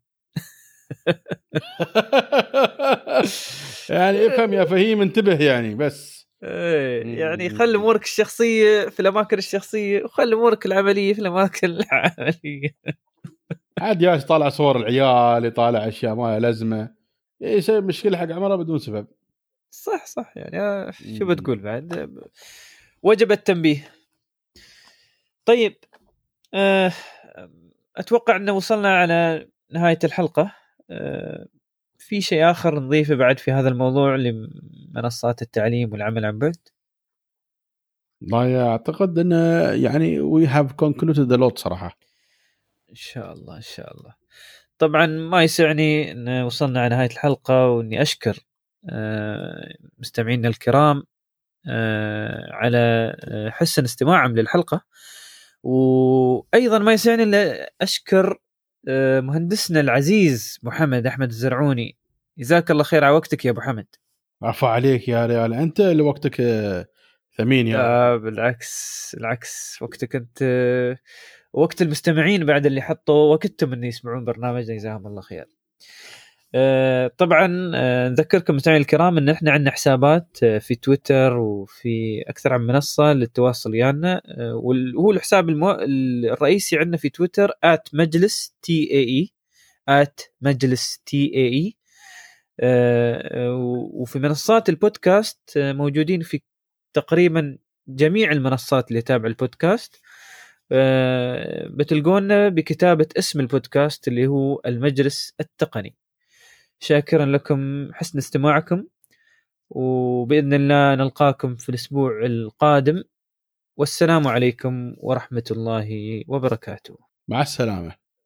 Speaker 2: يعني افهم يا فهيم، انتبه يعني بس.
Speaker 1: يعني خلي امورك الشخصيه في الاماكن الشخصيه وخلي امورك العمليه في الاماكن العمليه.
Speaker 2: عاد يا طالع صور العيال، يطالع اشياء ما لازمه، يسوي مشكله حق عمره بدون سبب.
Speaker 1: صح يعني شو بتقول بعد، وجب التنبيه. طيب اتوقع انه وصلنا على نهايه الحلقه. في شيء اخر نضيفه بعد في هذا الموضوع لمنصات التعليم والعمل عن بعد؟
Speaker 2: لا اعتقد انه يعني we have concluded a lot صراحه.
Speaker 1: ان شاء الله. طبعا ما يسعني ان وصلنا على نهايه الحلقه واني اشكر مستمعينا الكرام على حسن استماعهم للحلقه. وايضا ما يسعني الا اشكر مهندسنا العزيز محمد احمد الزرعوني. جزاك الله خير على وقتك يا ابو حمد.
Speaker 2: عفا عليك يا ريال، انت اللي وقتك ثمين يا
Speaker 1: لا بالعكس وقتك انت وقت المستمعين بعد اللي حطوا وقتهم ان يسمعون برنامجنا، جزاهم الله خير. طبعا نذكركم مستمعينا الكرام ان احنا عندنا حسابات في تويتر وفي اكثر من منصه للتواصل ويانا. وهو الحساب الرئيسي عندنا في تويتر @مجلس TAE @مجلس TAE. وفي منصات البودكاست موجودين في تقريبا جميع المنصات اللي تابع البودكاست. بتلقونا بكتابة اسم البودكاست اللي هو المجلس التقني. شاكرا لكم حسن استماعكم، وبإذن الله نلقاكم في الأسبوع القادم، والسلام عليكم ورحمة الله وبركاته.
Speaker 2: مع السلامة.